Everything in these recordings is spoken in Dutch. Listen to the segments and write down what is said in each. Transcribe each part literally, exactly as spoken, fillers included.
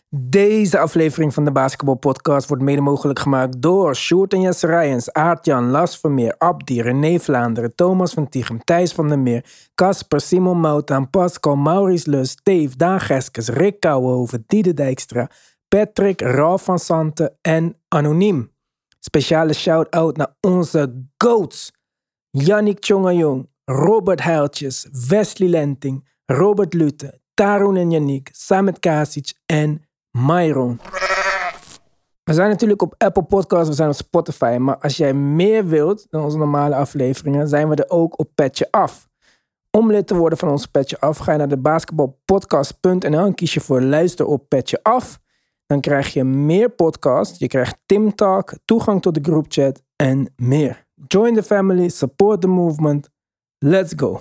Deze aflevering van de Basketball Podcast wordt mede mogelijk gemaakt door Sjoerd en Jesse Rijens, Aart-Jan, Las Vermeer, Abdi, René Vlaanderen, Thomas van Tichem, Thijs van der Meer, Casper, Simon Moutaan, Pascal, Maurice Lus, Steve, Daan Geskes, Rick Kouwenhoven, Diede Dijkstra, Patrick, Ralf van Santen en Anoniem. Speciale shout-out naar onze GOATs. Yannick Tjongajong, Robert Heiltjes, Wesley Lenting, Robert Lute, Tarun en Yannick, Samet Kasic en Myron. We zijn natuurlijk op Apple Podcasts, we zijn op Spotify. Maar als jij meer wilt dan onze normale afleveringen, zijn we er ook op Petje Af. Om lid te worden van ons Petje Af, ga je naar de basketbalpodcast punt n l en kies je voor luister op Petje Af. Dan krijg je meer podcasts, je krijgt Tim Talk, toegang tot de groupchat en meer. Join the family, support the movement. Let's go.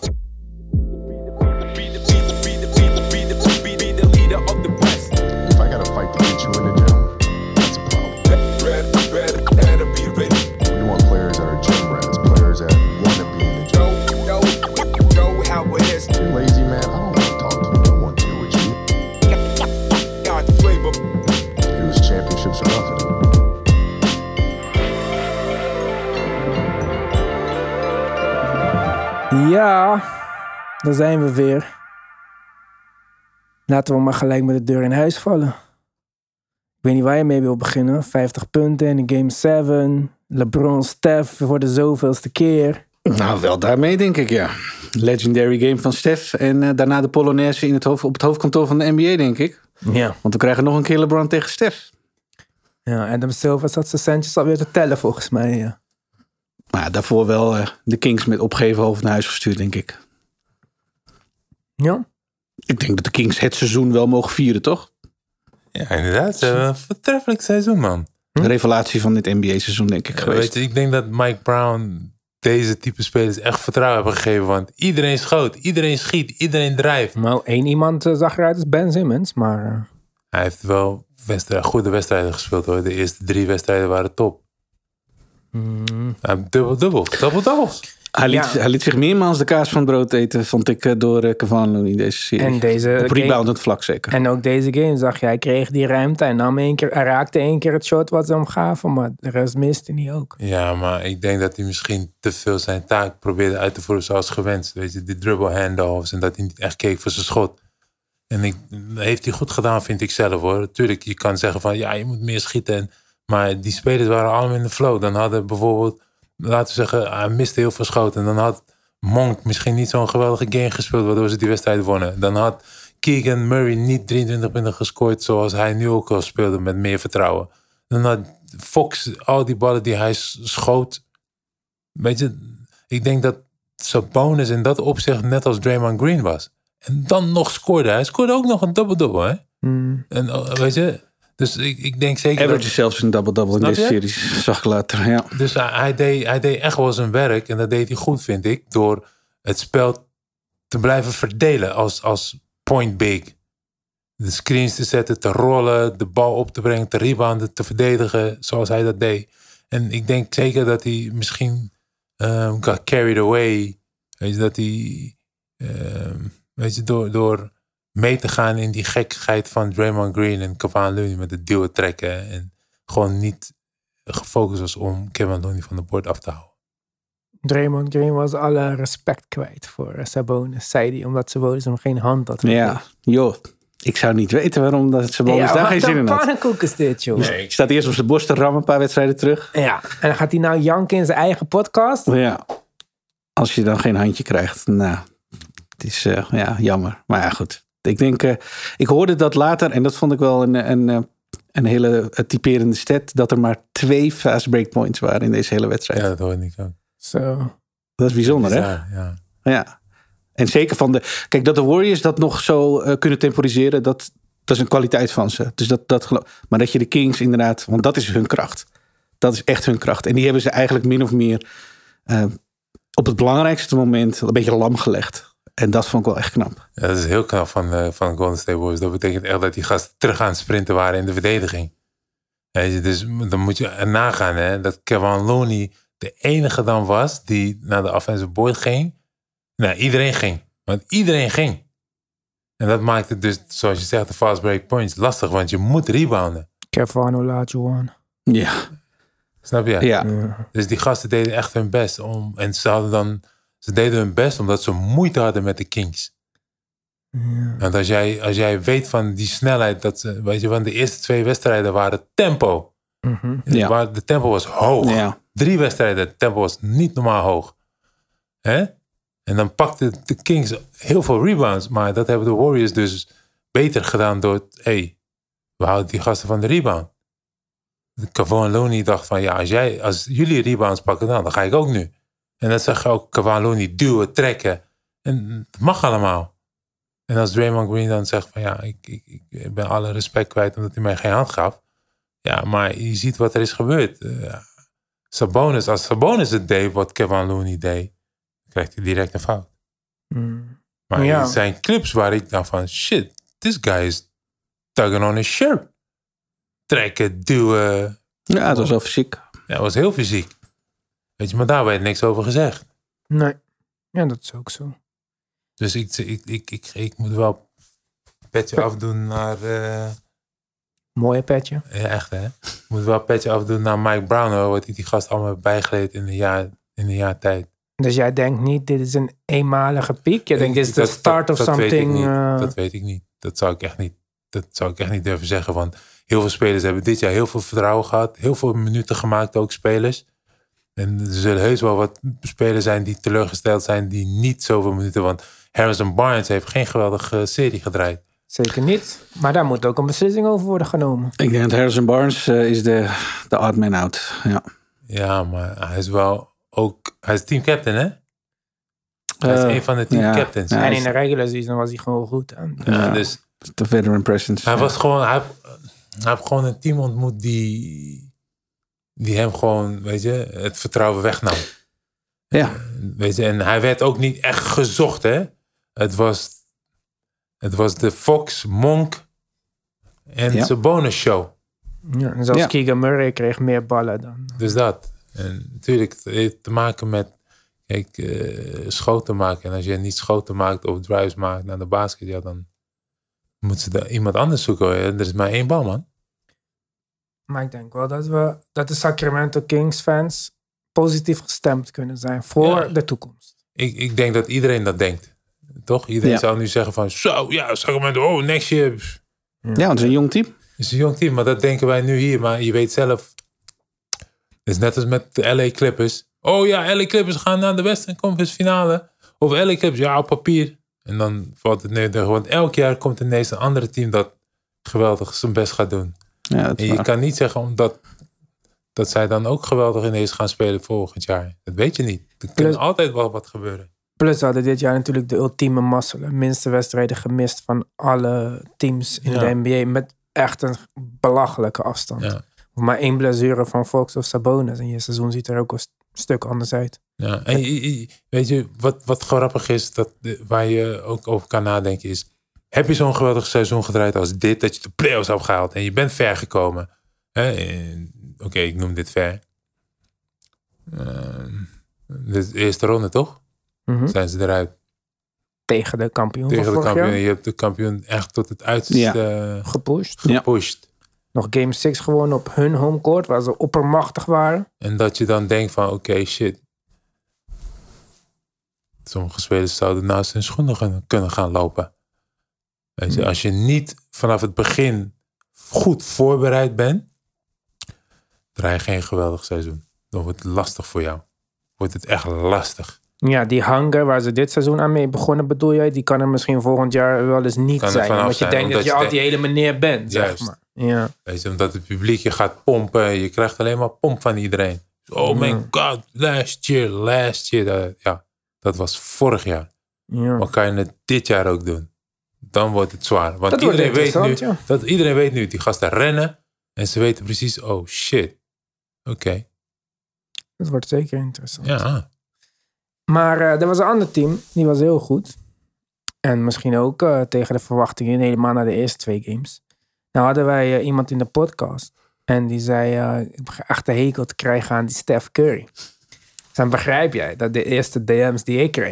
Ja, daar zijn we weer. Laten we maar gelijk met de deur in huis vallen. Ik weet niet waar je mee wil beginnen. vijftig punten in de game zeven. LeBron, Steph voor de zoveelste keer. Nou, wel daarmee denk ik, ja. Legendary game van Steph. En uh, daarna de Polonaise in het hoofd, op het hoofdkantoor van de N B A, denk ik. Ja. Want we krijgen nog een keer LeBron tegen Steph. Ja, Adam Silver zat zijn centjes alweer te tellen, volgens mij, ja. Maar daarvoor wel uh, de Kings met opgeven hoofd naar huis gestuurd, denk ik. Ja? Ik denk dat de Kings het seizoen wel mogen vieren, toch? Ja, inderdaad. Ze hebben een voortreffelijk seizoen, man. Hm? De revelatie van dit N B A-seizoen, denk ik, ja, geweest. Weet je, ik denk dat Mike Brown deze type spelers echt vertrouwen hebben gegeven. Want iedereen schoot, iedereen schiet, iedereen drijft. Nou, één iemand uh, zag eruit als Ben Simmons, maar... Uh... Hij heeft wel wedstrijd, goede wedstrijden gespeeld, hoor. De eerste drie wedstrijden waren top. Mm. Ja, dubbel, dubbel. Dubbel, dubbels. Hij liet, Ja. hij liet zich meermaals de kaas van het brood eten, vond ik, door uh, Kevon Looney in deze serie. En deze op reboundend vlak zeker. En ook deze game zag je, hij kreeg die ruimte en nam één keer, hij raakte één keer het shot wat ze hem gaven, maar de rest miste niet ook. Ja, maar ik denk dat hij misschien te veel zijn taak probeerde uit te voeren zoals gewenst. Weet je, die dribble handoffs en dat hij niet echt keek voor zijn schot. En ik, dat heeft hij goed gedaan, vind ik zelf, hoor. Tuurlijk, je kan zeggen van, ja, je moet meer schieten. En, maar die spelers waren allemaal in de flow. Dan hadden bijvoorbeeld, laten we zeggen, hij miste heel veel schoten. En dan had Monk misschien niet zo'n geweldige game gespeeld, waardoor ze die wedstrijd wonnen. Dan had Keegan Murray niet drieëntwintig punten gescoord, zoals hij nu ook al speelde, met meer vertrouwen. Dan had Fox al die ballen die hij schoot. Weet je, ik denk dat Sabonis in dat opzicht net als Draymond Green was. En dan nog scoorde hij. Hij scoorde ook nog een double-double, hè? Mm. En weet je, dus ik, ik denk zeker... Average dat... zelfs een double-double in Snap deze je? series, zag ik later, ja. Dus hij, hij, deed, hij deed echt wel zijn werk. En dat deed hij goed, vind ik. Door het spel te blijven verdelen als, als point big. De screens te zetten, te rollen, de bal op te brengen, te rebounden, te verdedigen. Zoals hij dat deed. En ik denk zeker dat hij misschien um, got carried away. Weet je, dat hij... Um, weet je, door, door mee te gaan in die gekkigheid van Draymond Green en Kevon Looney met het duwen trekken. En gewoon niet gefocust was om Kevon Looney van de bord af te houden. Draymond Green was alle respect kwijt voor Sabonis, zei hij, omdat Sabonis hem geen hand had. Ja, joh. Ik zou niet weten waarom dat Sabonis ja, daar geen zin in wat had. een pannenkoek is dit, joh. Nee, ik staat eerst op zijn borst te rammen een paar wedstrijden terug. Ja, en dan gaat hij nou janken in zijn eigen podcast? Ja, als je dan geen handje krijgt, nou, het is uh, ja, jammer. Maar ja, goed. Ik denk, uh, ik hoorde dat later en dat vond ik wel een, een, een hele typerende stat, dat er maar twee fast breakpoints waren in deze hele wedstrijd. Ja, dat hoorde ik ook. Zo. Dat is bijzonder, hè? Ja, ja. Ja. En zeker van de... Kijk, dat de Warriors dat nog zo uh, kunnen temporiseren, dat, dat is een kwaliteit van ze. Dus dat, dat geloof... Maar dat je de Kings inderdaad... Want dat is hun kracht. Dat is echt hun kracht. En die hebben ze eigenlijk min of meer uh, op het belangrijkste moment een beetje lam gelegd. En dat vond ik wel echt knap. Ja, dat is heel knap van, uh, van Golden State Warriors. Dat betekent echt dat die gasten terug aan het sprinten waren in de verdediging. Weet je, dus dan moet je er nagaan, hè, dat Kevon Looney de enige dan was die naar de offensive board ging. Nou, iedereen ging. Want iedereen ging. En dat maakt het dus, zoals je zegt, de fast break points lastig. Want je moet rebounden. Kevin Olajuwon. Ja. Snap je? Ja. Ja. Dus die gasten deden echt hun best. Om, en ze, hadden dan, ze deden hun best omdat ze moeite hadden met de Kings. Ja. Want als jij, als jij weet van die snelheid, dat ze, weet je, van de eerste twee wedstrijden waren tempo. Mhm. Ja. Waar de tempo was hoog. Ja. Drie wedstrijden, het tempo was niet normaal hoog. Hè? En dan pakten de Kings heel veel rebounds. Maar dat hebben de Warriors dus beter gedaan door... Hey, we houden die gasten van de rebound. Kevon Looney dacht van... Ja, als, jij, als jullie rebounds pakken dan, dan ga ik ook nu. En dan zag je ook Kevon Looney duwen, trekken. En het mag allemaal. En als Draymond Green dan zegt van... Ja, ik, ik, ik ben alle respect kwijt omdat hij mij geen hand gaf. Ja, maar je ziet wat er is gebeurd. Uh, Sabonis, als Sabonis het deed wat Kevon Looney deed... krijgt hij direct een fout. Mm. Maar Ja. er zijn clips waar ik dan van... Shit, this guy is tugging on his shirt. Trekken, duwen. Ja, het was wel fysiek. Ja, het was heel fysiek. Weet je, maar daar werd niks over gezegd. Nee. Ja, dat is ook zo. Dus ik, ik, ik, ik, ik moet wel een petje afdoen naar... Uh, Mooie petje. ja, echt hè. Ik moet wel een petje afdoen naar Mike Brown. Hoor, wat hij die gast allemaal heeft bijgeleid in een jaar, in een jaar tijd. Dus jij denkt niet, dit is een eenmalige piek? Je denkt, dit is de Dat- start dat, of dat something? Weet ik niet. uh, Dat weet ik niet. Dat zou ik echt niet. Dat zou ik echt niet durven zeggen. Want heel veel spelers hebben dit jaar heel veel vertrouwen gehad. Heel veel minuten gemaakt, ook spelers. En er zullen heus wel wat spelers zijn die teleurgesteld zijn. Die niet zoveel minuten. Want Harrison Barnes heeft geen geweldige serie gedraaid. Zeker niet. Maar daar moet ook een beslissing over worden genomen. Ik denk dat Harrison Barnes uh, is de, de odd man out. Ja. Ja, maar hij is wel ook... Hij is teamcaptain, hè? Hij is Uh, een van de team ja. captains. Ja, en hij in is- de regular season was hij gewoon goed. Hè? Ja, Ja. dus De veteran presence. hij Ja. was gewoon... Hij, hij heeft gewoon een team ontmoet die... Die hem gewoon, weet je, het vertrouwen wegnam. Ja. Weet je, en hij werd ook niet echt gezocht, hè. Het was, het was de Fox, Monk en Ja. zijn bonus show. Ja, en zelfs Ja. Keegan Murray kreeg meer ballen dan. Dus dat. En natuurlijk, het heeft te maken met, kijk, eh, schoten maken. En als je niet schoten maakt of drives maakt naar de basket, ja, dan moet ze daar iemand anders zoeken. Er is maar één bal, man. Maar ik denk wel dat we, dat de Sacramento Kings fans positief gestemd kunnen zijn voor Ja. de toekomst. Ik, ik denk dat iedereen dat denkt. Toch? Iedereen Ja. zou nu zeggen van, zo, ja, Sacramento, oh, next year. Ja, want het is een jong team. Het is een jong team, maar dat denken wij nu hier. Maar je weet zelf, het is net als met de L A Clippers. Oh ja, L A Clippers gaan naar de Western Conference finale. Of L A Clippers, ja, op papier. En dan valt het nu, want elk jaar komt ineens een andere team dat geweldig zijn best gaat doen. Ja, dat En is je waar. kan niet zeggen omdat dat zij dan ook geweldig ineens gaan spelen volgend jaar. Dat weet je niet. Er kan Plus- altijd wel wat gebeuren. Plus we hadden dit jaar natuurlijk de ultieme mazzel. Minste wedstrijden gemist van alle teams in Ja. de N B A. Met echt een belachelijke afstand. Ja. Maar één blessure van Fox of Sabonis. En je seizoen ziet er ook een st- stuk anders uit. Ja, en je- je- weet je, wat, wat grappig is, dat, de- waar je ook over kan nadenken is, heb je zo'n geweldig seizoen gedraaid als dit, dat je de playoffs hebt gehaald en je bent ver gekomen. Hè, en- Oké, ik noem dit ver. Ehm, de eerste ronde, toch? Mhm. Zijn ze eruit Tegen de kampioen tegen van de vorig kampioen. jaar. Je hebt de kampioen echt tot het uiterste eh, Gepusht. Ja. gepusht. Nog game zes gewonnen op hun homecourt. Waar ze oppermachtig waren. En dat je dan denkt van, oké, shit. Sommige spelers zouden naast hun schoenen gaan- kunnen gaan lopen. Weet je, als je niet vanaf het begin goed voorbereid bent, draai je geen geweldig seizoen. Dan wordt het lastig voor jou. Wordt het echt lastig. Ja, die hunger waar ze dit seizoen aan mee begonnen, bedoel jij? Die kan er misschien volgend jaar wel eens niet Kan er zijn. vanaf Omdat je zijn, denkt omdat dat je je al die hele meneer bent, Juist. zeg maar. Ja. Weet je, omdat het publiek je gaat pompen. Je krijgt alleen maar pomp van iedereen. Oh my god, last year, last year. Dat- ja, dat was vorig jaar. Ja. Maar kan je het dit jaar ook doen? Dan wordt het zwaar. Want Dat wordt iedereen weet, nu, interessant, dat iedereen weet nu, die gasten rennen. En ze weten precies, oh shit. Oké, Dat wordt zeker interessant. ja. Maar uh, er was een ander team, die was heel goed. En misschien ook uh, tegen de verwachtingen, helemaal na de eerste twee games. Nou hadden wij uh, iemand in de podcast. En die zei, uh, ik begin echt een hekel te krijgen aan die Steph Curry. Dus dan begrijp jij dat de eerste D M's die ik kreeg,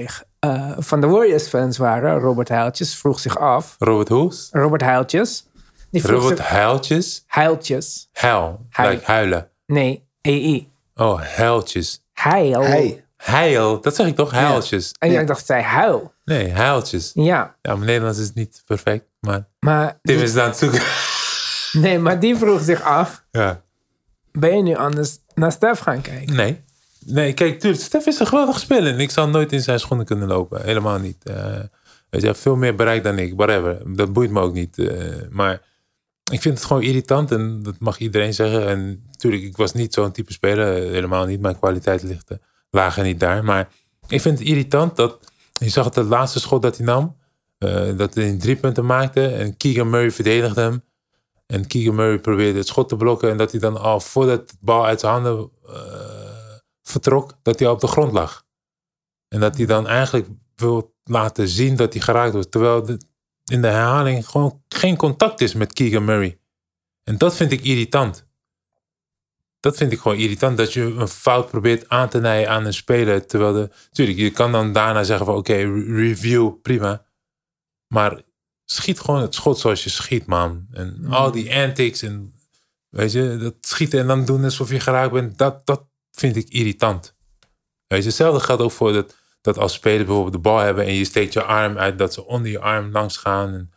uh, van de Warriors-fans waren, Robert Heiltjes, vroeg zich af. Robert Hoes? Robert Heiltjes. Die vroeg Robert zich, Heiltjes? Heiltjes. Heil, Heil. like huilen. Nee, E I. Oh, Heiltjes. Heil. Hey. Heil, dat zeg ik toch? Heiltjes. En Ja. ik dacht, zij huil. Nee, Heiltjes. Ja, Ja, mijn Nederlands is niet perfect, maar maar... Tim is het aan het zoeken. Nee, maar die vroeg zich af. Ja. Ben je nu anders naar Stef gaan kijken? Nee. Nee, kijk, tuurlijk, Stef is een geweldige speler. En ik zou nooit in zijn schoenen kunnen lopen. Helemaal niet. Uh, weet je, hij heeft veel meer bereikt dan ik. Whatever. Dat boeit me ook niet. Uh, maar ik vind het gewoon irritant. En dat mag iedereen zeggen. En natuurlijk, ik was niet zo'n type speler. Helemaal niet. Mijn kwaliteit ligt uh, lager niet daar. Maar ik vind het irritant dat... Je zag het, het laatste schot dat hij nam. Uh, dat hij drie punten maakte. En Keegan Murray verdedigde hem. En Keegan Murray probeerde het schot te blokken. En dat hij dan al voordat de bal uit zijn handen uh, vertrok, dat hij al op de grond lag. En dat hij dan eigenlijk wil laten zien dat hij geraakt wordt. Terwijl de, in de herhaling gewoon geen contact is met Keegan Murray. En dat vind ik irritant. Dat vind ik gewoon irritant. Dat je een fout probeert aan te nijden aan een speler. Terwijl de... Tuurlijk, je kan dan daarna zeggen van oké, okay, review, prima. Maar... Schiet gewoon het schot zoals je schiet, man. En mm. al die antics en weet je, dat schieten en dan doen alsof je geraakt bent, dat, dat vind ik irritant. Weet je, hetzelfde geldt ook voor dat, dat als spelers bijvoorbeeld de bal hebben en je steekt je arm uit, dat ze onder je arm langs gaan. En,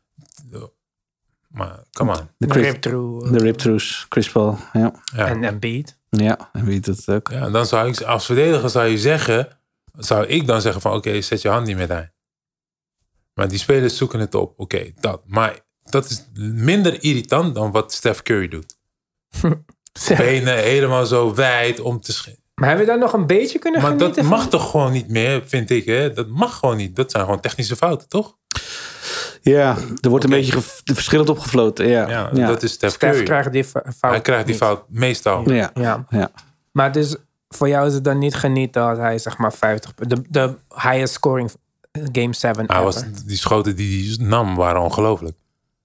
maar, come on. De rip-through. De rip-throughs, Chris Paul, ja. ja. En Embiid. Ja, Embiid het ook. Ja, dan zou ik, als verdediger zou je zeggen, zou ik dan zeggen van oké, okay, zet je hand niet meer daar. Maar die spelers zoeken het op. Oké, okay, dat. Maar dat is minder irritant dan wat Steph Curry doet. Benen helemaal zo wijd om te schieten. Maar hebben we daar nog een beetje kunnen maar genieten dat van? mag toch gewoon niet meer, vind ik. Hè? Dat mag gewoon niet. Dat zijn gewoon technische fouten, toch? Ja, er wordt okay. een beetje ge- verschillend opgefloten. Ja, ja, ja. dat is Steph, Steph Curry. Krijgt die fout Hij krijgt die niet. fout meestal. Ja. Ja. Ja. Maar dus voor jou is het dan niet genieten als hij zeg maar vijftig... De, de highest scoring game zeven hij was, die schoten die hij nam waren ongelooflijk.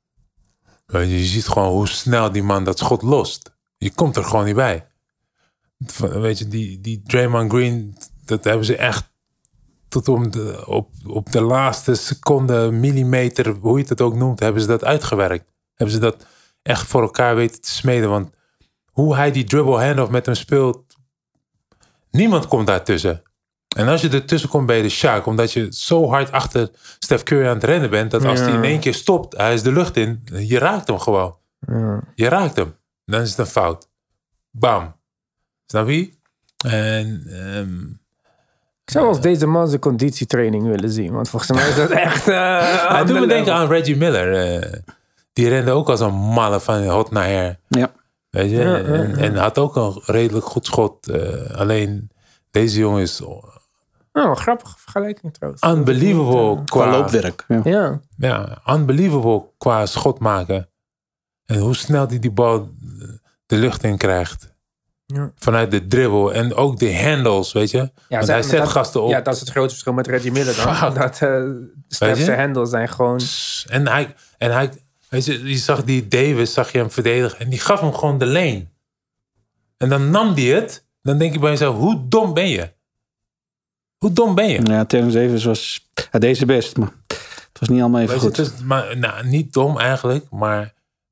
Je ziet gewoon hoe snel die man dat schot lost. Je komt er gewoon niet bij. Weet je, die, die Draymond Green, dat hebben ze echt tot om de, op, op de laatste seconde, millimeter, hoe je het ook noemt, hebben ze dat uitgewerkt. Hebben ze dat echt voor elkaar weten te smeden. Want hoe hij die dribble handoff met hem speelt, niemand komt daartussen. En als je ertussen komt bij de Shaq, omdat je zo hard achter Steph Curry aan het rennen bent, dat als hij ja. in één keer stopt, hij is de lucht in, je raakt hem gewoon. Ja. Je raakt hem. Dan is het een fout. Bam. Snap je? En, um, ik zou als uh, deze man zijn conditietraining willen zien, want volgens mij is dat echt... Uh, hij doet me denken aan Reggie Miller. Uh, die rende ook als een malle van hot naar her. Ja. Weet je? Ja, en, ja. en had ook een redelijk goed schot. Uh, alleen deze jongen is... Oh, grappige vergelijking trouwens. Unbelievable uh, qua, qua loopwerk. Ja. ja. Ja, unbelievable qua schot maken. En hoe snel hij die bal de lucht in krijgt. Ja. Vanuit de dribbel. En ook de handles, weet je. Ja, Want hij zet dat, gasten op. Ja, dat is het grote verschil met Reggie Miller dan. Fuck. Dat uh, Steph's handles zijn gewoon... En hij... En hij weet je, je zag die Davis, zag je hem verdedigen. En die gaf hem gewoon de lane. En dan nam hij het. Dan denk je bij jezelf, hoe dom ben je? Hoe dom ben je? Ja, Terrence Davis was... Ja, deze best, maar het was niet allemaal even weet goed. Je, het is, maar, nou, niet dom eigenlijk, maar...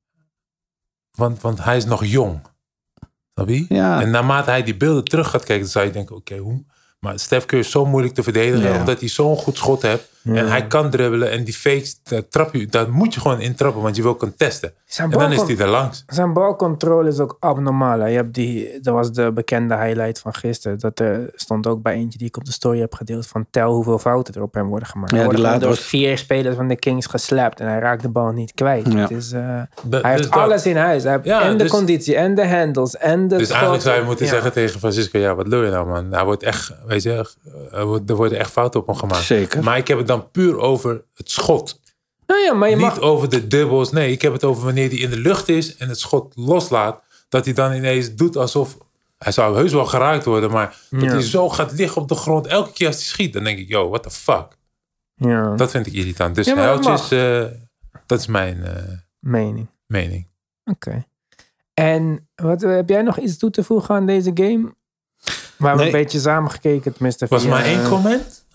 Want, want hij is nog jong. Snap je? Ja. En naarmate hij die beelden terug gaat kijken, dan zou je denken, oké, okay, hoe... Maar Steph Curry is zo moeilijk te verdedigen, ja. omdat hij zo'n goed schot heeft. Ja. En hij kan dribbelen en die fakes, daar, trap je, daar moet je gewoon intrappen, want je wil contesten. Zijn en dan is hij er langs. Zijn balcontrole is ook abnormaal. Hè? Je hebt die, dat was de bekende highlight van gisteren. Dat er stond ook bij eentje die ik op de story heb gedeeld van tel hoeveel fouten er op hem worden gemaakt. Ja, hij wordt door was... vier spelers van de Kings geslapt en hij raakt de bal niet kwijt. Ja. Het is, uh, de, hij heeft dus alles dat... in huis. Hij heeft ja, en de dus... conditie en de handles en de... Dus eigenlijk zou je moeten ja. zeggen tegen Francisco, ja, wat doe je nou, man? Hij wordt echt, weet je, er worden echt fouten op hem gemaakt. Zeker. Maar ik heb het dan puur over het schot. Nou ja, maar je niet mag... over de dubbels. Nee, ik heb het over wanneer hij in de lucht is en het schot loslaat. Dat hij dan ineens doet alsof... Hij zou heus wel geraakt worden, maar ja. dat hij zo gaat liggen op de grond. Elke keer als hij schiet, dan denk ik, yo, what the fuck. Ja. Dat vind ik irritant. Dus ja, huiltjes, uh, dat is mijn uh, mening. mening. Oké. Okay. En wat, heb jij nog iets toe te voegen aan deze game? Waar we nee. een beetje samen gekeken, tenminste. Was maar één comment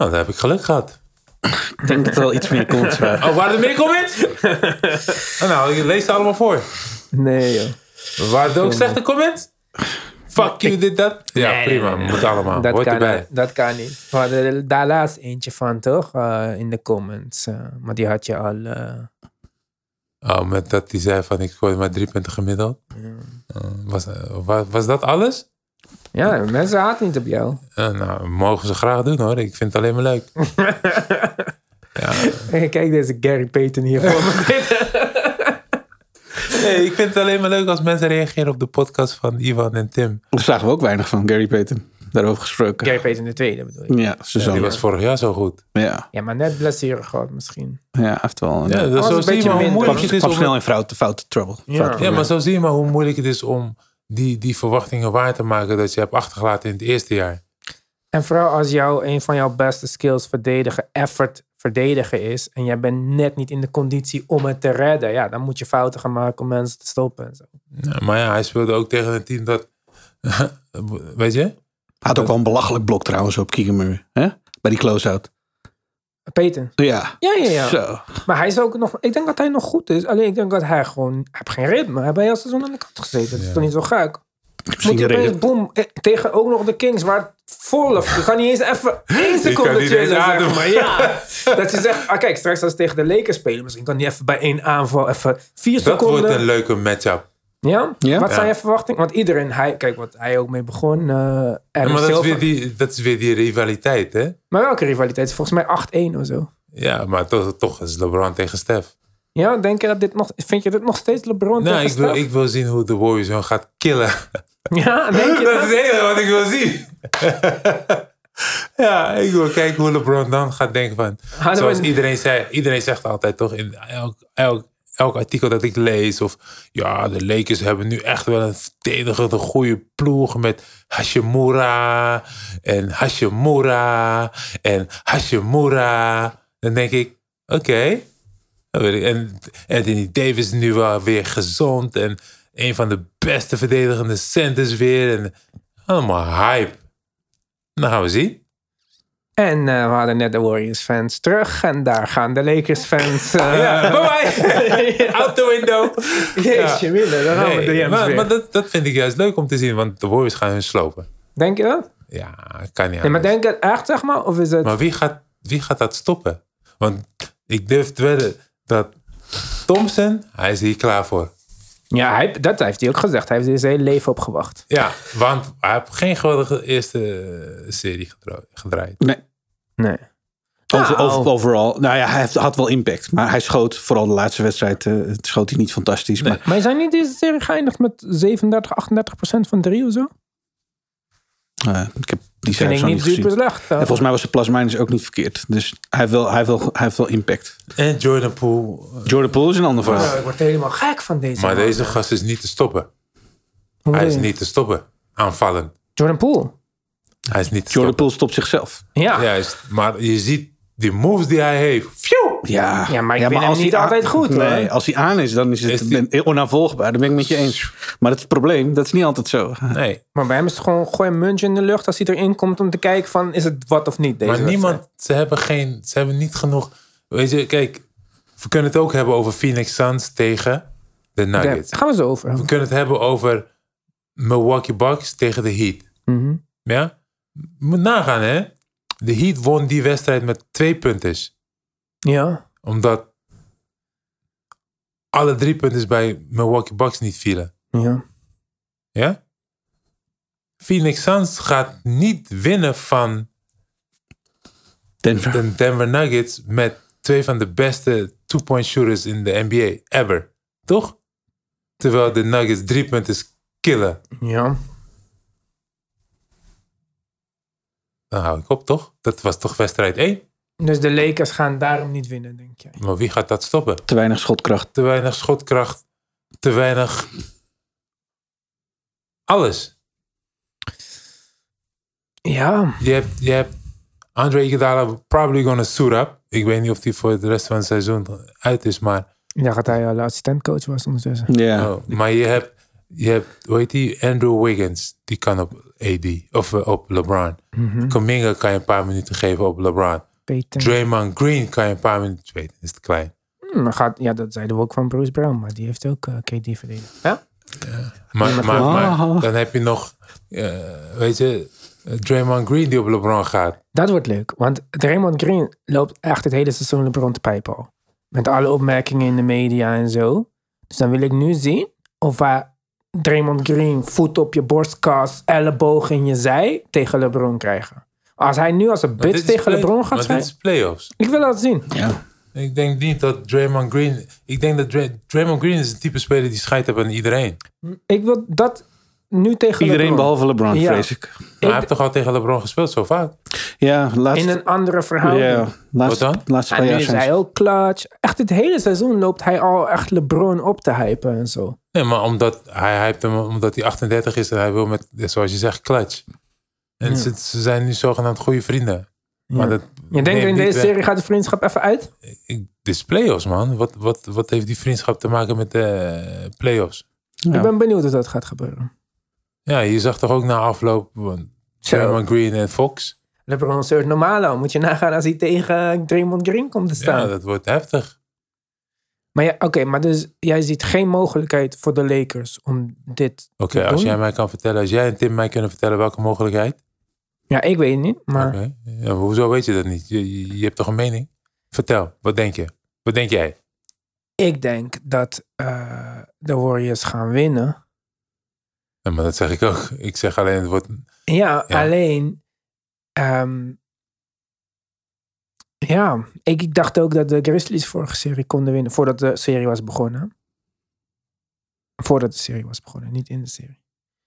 Nou, dan heb ik geluk gehad. Ik denk dat er wel iets meer comments waren. Oh, waren er meer comments? oh, nou, ik lees ze allemaal voor. Nee, joh. Waren er ook slechte comments? Fuck you, dit, dat? Ja, Nee, prima. nee, nee. Moet allemaal. Dat Hoort kan, erbij. dat kan niet. We hadden daar laatst eentje van, toch? Uh, in de comments. Uh, maar die had je al... Uh... Oh, met dat hij zei van ik scoorde maar drie punten gemiddeld. Ja. Uh, was, uh, was, was dat alles? Ja, mensen haten niet op jou. Uh, nou, mogen ze graag doen hoor. Ik vind het alleen maar leuk. ja. Hey, kijk deze Gary Payton hier voor me. Nee, ik vind het alleen maar leuk als mensen reageren op de podcast van Ivan en Tim. Daar zagen we ook weinig van, Gary Payton. Daarover gesproken. Gary Payton de tweede bedoel je? Ja, seizoen. Ja, die was vorig jaar zo goed. Ja, ja maar net blessure gehad misschien. Ja, hij heeft wel... Ja, dus zo zie je maar hoe moeilijk het is kwam om... snel in foute, foute trouble. Ja. Foute ja, maar zo zie je maar hoe moeilijk het is om die, die verwachtingen waar te maken dat je hebt achtergelaten in het eerste jaar. En vooral als jou een van jouw beste skills verdedigen, effort verdedigen is. En jij bent net niet in de conditie om het te redden. Ja, dan moet je fouten gaan maken om mensen te stoppen en zo. Ja, maar ja, hij speelde ook tegen een team dat... weet je? Hij had ook wel een belachelijk blok trouwens op Keegan Murray. Hè? Bij die close-out. Peyton. Ja. Ja, ja, ja. Zo. Maar hij is ook nog... Ik denk dat hij nog goed is. Alleen ik denk dat hij gewoon... Hij heeft geen ritme. Hij heeft heel seizoen aan de kant gezeten. Dat is Ja. toch niet zo gek? Misschien Moet je de reden. opeens, boom, eh, tegen ook nog de Kings waar het vol of je kan niet eens even één seconde niet chillen, eens zeg ademen. maar. Ja. Dat je zegt, ah kijk, straks als ze tegen de Lakers spelen, misschien kan hij even bij één aanval even vier Dat seconden. wordt een leuke matchup. Ja? Ja? Wat zijn Ja. je verwachtingen? Want iedereen, hij, kijk wat hij ook mee begon. Uh, Ja, maar dat is, weer die, dat is weer die rivaliteit, hè? Maar welke rivaliteit? Is volgens mij acht-één of zo. Ja, maar toch, toch is LeBron tegen Steph. Ja, denk je dat dit nog... Vind je dit nog steeds LeBron Nou, tegen ik wil, Steph? ik wil zien hoe de Warriors hem gaat killen. Ja, denk je Dat dat? is het enige wat ik wil zien. ja, ik wil kijken hoe LeBron dan gaat denken van... Hadden Zoals we- iedereen zei, iedereen zegt altijd toch in elk, elk, elk artikel dat ik lees. Of ja, de Lakers hebben nu echt wel een verdedigende goede ploeg met Hashimura en Hashimura en Hashimura. Dan denk ik, oké. Okay. En Anthony Davis is nu wel weer gezond en een van de beste verdedigende centers weer. En allemaal hype. Dan gaan we zien. En uh, we hadden net de Warriors fans terug. En daar gaan de Lakers fans. Uh, Ja, bye-bye. Out the window. Jeetje, Wille, dan gaan we de Nee, Jams maar weer. maar dat, dat vind ik juist leuk om te zien. Want de Warriors gaan hun slopen. Denk je dat? Ja, kan niet Nee, maar anders. denk je het echt, zeg maar? Of is het... Maar wie gaat, wie gaat dat stoppen? Want ik durf te wedden dat Thompson, hij is hier klaar voor. Ja, hij, dat heeft hij ook gezegd. Hij heeft er zijn hele leven op gewacht. Ja, want hij heeft geen geweldige eerste serie gedra- gedraaid. Nee. Nee. Over, Nou. over, overal. Nou ja, hij heeft, had wel impact. Maar hij schoot, vooral de laatste wedstrijd, uh, schoot hij niet fantastisch. Nee. Maar Maar zijn niet deze serie geëindigd met zevenendertig, achtendertig procent van drie of zo? uh, ik heb die Vind cijfers ik nog niet niet super gezien. slecht. En volgens mij was de plus-minus ook niet verkeerd. Dus hij heeft wel, hij heeft wel, hij heeft wel impact. En Jordan Poole. Jordan Poole is een ander verhaal. Oh, ik word helemaal gek van deze Maar man. deze gast is niet te stoppen. Hoe Hij bedoel is je? niet te stoppen. Aanvallend. Jordan Poole? Hij is niet te Jordan stoppen. Poole stopt zichzelf. Ja. Juist. Maar je ziet die moves die hij heeft. Phew! Ja, Ja, maar ik vind hem als niet hij aan- altijd goed, hoor. Nee, als hij aan is, dan is het Is die- onnavolgbaar. Dat ben ik met je eens. Maar dat is het probleem. Dat is niet altijd zo. Nee. Maar bij hem is het gewoon gooi een muntje in de lucht als hij erin komt om te kijken van is het wat of niet deze Maar wedstrijd. niemand, ze hebben geen, ze hebben niet genoeg. Weet je, kijk, we kunnen het ook hebben over Phoenix Suns tegen de Daar Nuggets. gaan we zo over. We kunnen het hebben over Milwaukee Bucks tegen de Heat. Mhm. Ja? Je moet nagaan, hè. De Heat won die wedstrijd met twee punters. Ja. Omdat alle drie punters bij Milwaukee Bucks niet vielen. Ja. Ja? Phoenix Suns gaat niet winnen van Denver. de Denver Nuggets met twee van de beste two-point shooters in de N B A ever. Toch? Terwijl de Nuggets drie punters killen. Ja. Dan hou ik op, toch? Dat was toch wedstrijd één? Dus de Lakers gaan daarom niet winnen, denk jij? Maar wie gaat dat stoppen? Te weinig schotkracht. Te weinig schotkracht. Te weinig... Alles. Ja. Je hebt, je hebt Andre Iguodala probably gonna suit up. Ik weet niet of hij voor de rest van het seizoen uit is, maar... Ik dacht dat hij al assistentcoach was ondertussen. Ja. Oh, maar je hebt, je hebt, hoe heet die? Andrew Wiggins. Die kan op A D. Of uh, op LeBron. Mhm. Kuminga kan je een paar minuten geven op LeBron. Peyton. Draymond Green kan je een paar minuten... Weet, is te klein. Hmm, maar gaat, ja, dat zeiden we ook van Bruce Brown. Maar die heeft ook uh, K D verdedigd. Ja? Ja. Maar, maar, maar, maar dan heb je nog... Uh, weet je... Uh, Draymond Green die op LeBron gaat. Dat wordt leuk. Want Draymond Green loopt echt het hele seizoen LeBron te pijpen al. Met alle opmerkingen in de media en zo. Dus dan wil ik nu zien of hij Draymond Green voet op je borstkas, elleboog in je zij tegen LeBron krijgen. Als hij nu als een bitch tegen play, LeBron gaat zijn. dit is playoffs. Ik wil dat zien. Ja. Ik denk niet dat Draymond Green... Ik denk dat Dray, Draymond Green is een type speler die scheidt heeft aan iedereen. Ik wil dat nu tegen Iedereen LeBron. behalve LeBron, ja. vrees ik. Maar hij heeft toch al tegen LeBron gespeeld zo vaak? Ja, laatst... In een andere verhouding. Ja, laatst, Wat dan? Laatste En twee nu jaar is hij zijn ook clutch. Echt het hele seizoen loopt hij al echt LeBron op te hypen en zo. Nee, maar omdat hij hypt hem omdat hij achtendertig is en hij wil met, zoals je zegt, clutch. En Ja. ze, ze zijn nu zogenaamd goede vrienden. Ja. Maar dat Je denkt in neemt deze niet weg- serie gaat de vriendschap even uit? Ik, dit is playoffs, man. Wat, wat, wat heeft die vriendschap te maken met de playoffs? Ja. Ik ben benieuwd of dat gaat gebeuren. Ja, je zag toch ook na afloop want Draymond Green en Fox. LeBron is het normale. Moet je nagaan als hij tegen Draymond Green komt te staan. Ja, dat wordt heftig. Maar ja, oké, okay, maar dus jij ziet geen mogelijkheid voor de Lakers om dit Oké, te als doen? jij mij kan vertellen, als jij en Tim mij kunnen vertellen welke mogelijkheid. Ja, ik weet het niet, maar Oké. Ja, hoezo weet je dat niet? Je, je, je hebt toch een mening? Vertel, wat denk je? Wat denk jij? ik denk dat uh, de Warriors gaan winnen. Ja, maar dat zeg ik ook. Ik zeg alleen, het wordt... Ja, Ja. alleen... Um, ja, ik, ik dacht ook dat de Grizzlies vorige serie konden winnen. Voordat de serie was begonnen. Voordat de serie was begonnen, niet in de serie.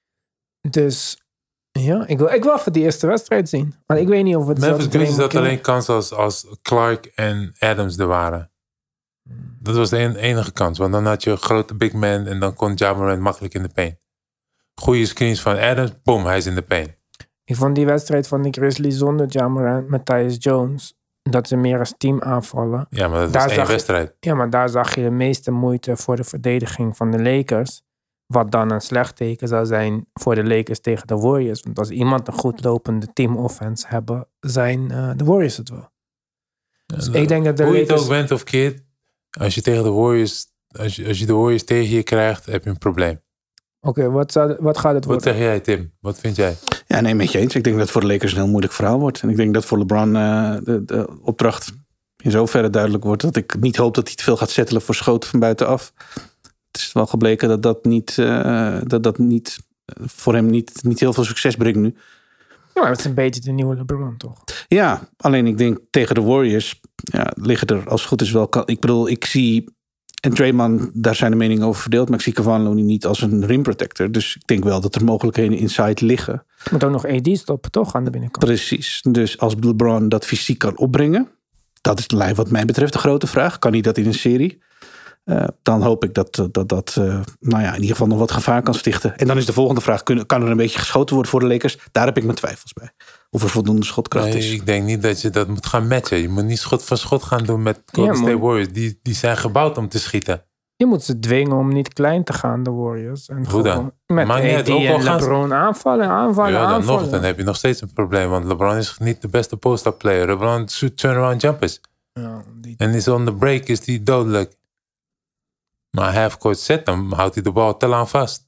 Dus ja, ik wil, ik wil even die eerste wedstrijd zien. Maar ik weet niet of het... Memphis Grizzlies had Draymond alleen kans als, als Clark en Adams er waren. Dat was de en, enige kans. Want dan had je een grote big man en dan kon Ja Morant makkelijk in de paint. Goeie screens van Adams, boom, hij is in de paint. Ik vond die wedstrijd van de Grizzlies zonder Ja Morant met Tyus Jones, dat ze meer als team aanvallen. Ja, maar dat Daar was één zag je- wedstrijd. Ja, maar daar zag je de meeste moeite voor de verdediging van de Lakers. Wat dan een slecht teken zou zijn voor de Lakers tegen de Warriors. Want als iemand een goed lopende team offense hebben, zijn uh, de Warriors het wel. Dus ik denk dat de Hoe je het Lakers... ook went of keert, als je tegen de Warriors, als je, als je de Warriors tegen je krijgt, heb je een probleem. Oké, okay, wat, zou- wat gaat het Wat worden? zeg jij, Tim? Wat vind jij? Ja, nee, met je eens. Ik denk dat het voor de Lakers een heel moeilijk verhaal wordt. En ik denk dat voor LeBron uh, de, de opdracht in zoverre duidelijk wordt dat ik niet hoop dat hij te veel gaat settelen voor schoten van buitenaf. Het is wel gebleken dat dat niet, uh, dat dat niet uh, voor hem niet, niet heel veel succes brengt nu. Ja, maar het is een beetje de nieuwe LeBron, toch? Ja, alleen ik denk tegen de Warriors ja, liggen er als het goed is wel... Ik bedoel, ik zie... En Draymond, daar zijn de meningen over verdeeld. Maar ik zie Kevon Looney niet als een rim protector. Dus ik denk wel dat er mogelijkheden inside liggen. Je moet ook nog A D stoppen, toch? Aan de binnenkant. Precies. Dus als LeBron dat fysiek kan opbrengen. Dat is de lijn wat mij betreft de grote vraag. Kan hij dat in een serie? Uh, dan hoop ik dat dat, dat uh, nou ja, in ieder geval nog wat gevaar kan stichten. En dan is de volgende vraag. Kun, kan er een beetje geschoten worden voor de Lakers? Daar heb ik mijn twijfels bij. Of er voldoende schotkracht Nee, is. ik denk niet dat je dat moet gaan matchen. Je moet niet schot van schot gaan doen met Golden Ja, State man. Warriors. Die, die zijn gebouwd om te schieten. Je moet ze dwingen om niet klein te gaan, de Warriors. En Hoe dan? gewoon met Maakt niet A uit, D ook al en gaan ze- LeBron aanvallen, aanvallen, Ja, dan aanvallen. nog. Dan heb je nog steeds een probleem. Want LeBron is niet de beste post-up player. LeBron shoot turnaround jumpers. Ja, die... En is on the break is die dodelijk. Maar half-court set, dan houdt hij de bal te lang vast.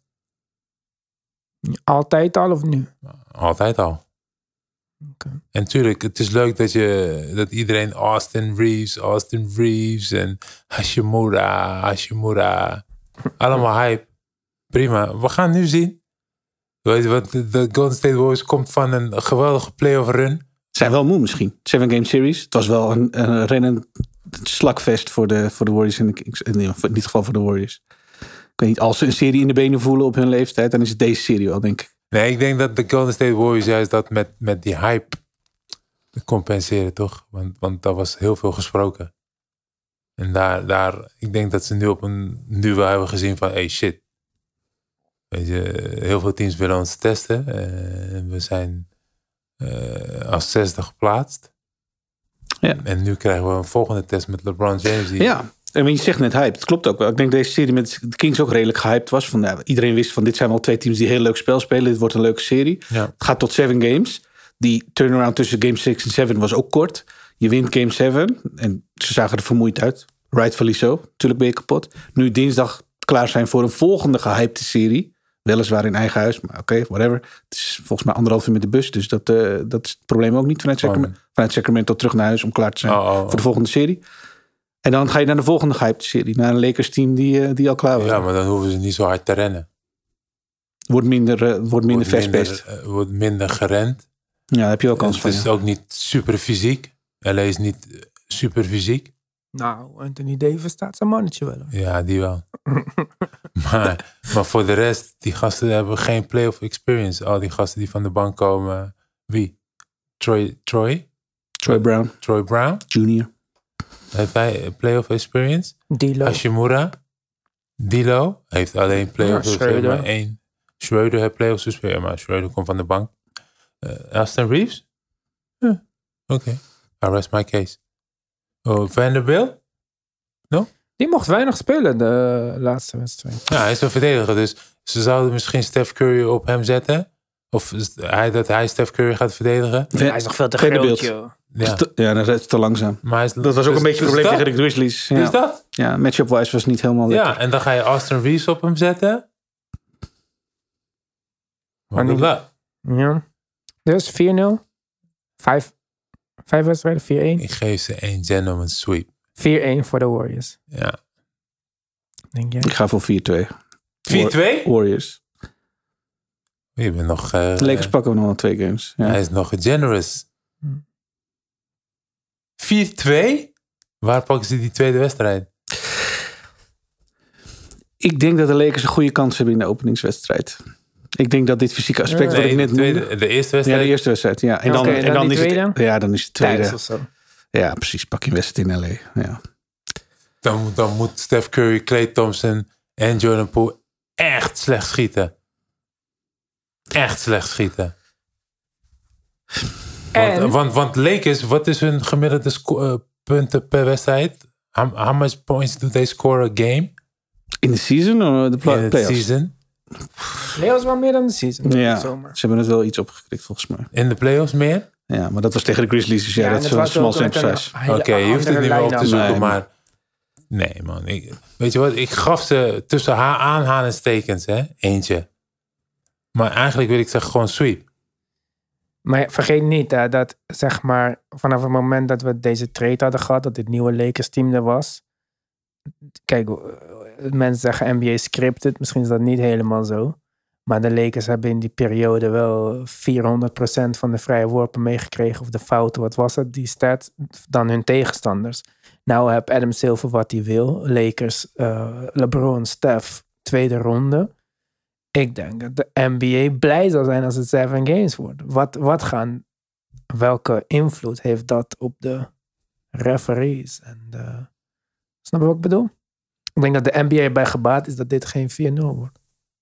Altijd al of nu? Altijd al. Oké. En tuurlijk, het is leuk dat, je, dat iedereen Austin Reeves, Austin Reeves en Hashimura, Hashimura. Allemaal hype. Prima. We gaan nu zien. Weet je wat? De Golden State Warriors komt van een geweldige playoff run. Het zijn wel moe misschien. Seven game series. Het was wel een, een rennend slakvest voor de, voor de Warriors. In, de Kings, in dit geval voor de Warriors. Ik weet niet, als ze een serie in de benen voelen op hun leeftijd, dan is het deze serie wel, denk ik. Nee, ik denk dat de Golden State Warriors juist dat met, met die hype compenseren, toch? Want, want daar was heel veel gesproken. En daar, daar, ik denk dat ze nu op een nu wel hebben gezien van, hey shit. Weet je, heel veel teams willen ons testen. En we zijn uh, als zesde geplaatst. Ja. En nu krijgen we een volgende test met LeBron James. Die Ja, En je zegt net hype, het klopt ook wel. Ik denk dat deze serie met de Kings ook redelijk gehyped was. Van, ja, iedereen wist van dit zijn wel twee teams die heel leuk spel spelen. Dit wordt een leuke serie. Ja. Het gaat tot zeven games. Die turnaround tussen game zes en zeven was ook kort. Je wint game zeven en ze zagen er vermoeid uit. Rightfully zo. Natuurlijk ben je kapot. Nu dinsdag klaar zijn voor een volgende gehypte serie. Weliswaar in eigen huis, maar oké, okay, whatever. Het is volgens mij anderhalf uur met de bus. Dus dat, uh, dat is het probleem ook niet vanuit Sacramento. Vanuit Sacramento terug naar huis om klaar te zijn oh, oh, oh. voor de volgende serie. En dan ga je naar de volgende gehypte serie. Naar een Lakers team die, uh, die al klaar was. Ja, maar dan hoeven ze niet zo hard te rennen. Wordt minder, uh, wordt minder fast-paced. Uh, wordt minder gerend. Ja, daar heb je wel kans het van. Het is ja. ook niet super fysiek. L A is niet super fysiek. Nou, Anthony Davis staat zijn mannetje wel. Ja, die wel. maar, maar voor de rest, die gasten hebben geen playoff experience. Al die gasten die van de bank komen. Wie? Troy? Troy, Troy Brown. Troy Brown. Junior. Heeft hij playoff experience? D'Lo. Hashimura. D'Lo heeft alleen playoff Ja, experience. Schröder. Maar één. Schröder heeft playoff experience. Maar Schröder komt van de bank. Uh, Austin Reeves? Huh. Oké. Okay. I rest my case. Oh, Vanderbilt? No? Die mocht weinig spelen de laatste wedstrijd. Ja, hij is een verdediger. Dus ze zouden misschien Steph Curry op hem zetten. Of hij, dat hij Steph Curry gaat verdedigen. Ja, hij is nog veel te Vanderbilt. groot, joh. Ja, Te, ja, dat is te langzaam. maar hij is, Dat was ook dus- een beetje een dus probleem dat? tegen de Grizzlies. Ja, Is dat? ja matchup-wise was niet helemaal lekker. Ja, en dan ga je Austin Reeves op hem zetten. Maar Wat niet- dat? Ja. Dus vier nul. Vijf, vijf wedstrijden, vier één. Ik geef ze één gentleman sweep. vier één voor de Warriors. Ja. Denk jij? Ik ga voor vier twee. vier twee? Warriors. Je bent nog... Uh, De Lakers pakken we nog wel twee games. Ja. Hij is nog generous. Hm. vier twee? Waar pakken ze die tweede wedstrijd? Ik denk dat de Lakers een goede kans hebben in de openingswedstrijd. Ik denk dat dit fysieke aspect wat Nee, ik net de, tweede, noemde... de eerste Ja, wedstrijd. de eerste wedstrijd. Ja. En Oké, dan, en en dan dan die is het, tweede? ja, dan is het tweede. Thuis of zo. Ja, precies. Pak je een wedstrijd in L A. Ja. Dan, moet- dan moet Steph Curry, Klay Thompson en Jordan Poole echt slecht schieten. Echt slecht schieten. Want, En- want, want Lakers, wat is hun gemiddelde sco- uh, punten per wedstrijd? How, how much points do they score a game In de season of de play- in the playoffs? season? Leo's wel meer dan de season. Ja, Zomer. ze hebben het wel iets opgekrikt volgens mij. In de playoffs meer? Ja, maar dat was tegen de Grizzlies. Dus ja, en dat is het wel een was small ook met sample een size. hele Oké, je hoeft het andere niet meer op te line-up. zoeken, Nee, maar... Nee, man. Ik, weet je wat? Ik gaf ze tussen haar aanhalingstekens, hè? Eentje. Maar eigenlijk wil ik zeggen gewoon sweep. Maar vergeet niet hè, dat zeg maar vanaf het moment dat we deze trade hadden gehad, dat dit nieuwe Lakers team er was. Kijk, eh, mensen zeggen N B A scripted, misschien is dat niet helemaal zo. Maar de Lakers hebben in die periode wel vierhonderd procent van de vrije worpen meegekregen. Of de fouten, wat was het, die stat, dan hun tegenstanders. Nou heb Adam Silver wat hij wil. Lakers, uh, LeBron, Steph, tweede ronde. Ik denk dat de N B A blij zal zijn als het seven games wordt. Wat, wat gaan, welke invloed heeft dat op de referees? En de, snap je wat ik bedoel? Ik denk dat de N B A bij gebaat is dat dit geen vier nul wordt.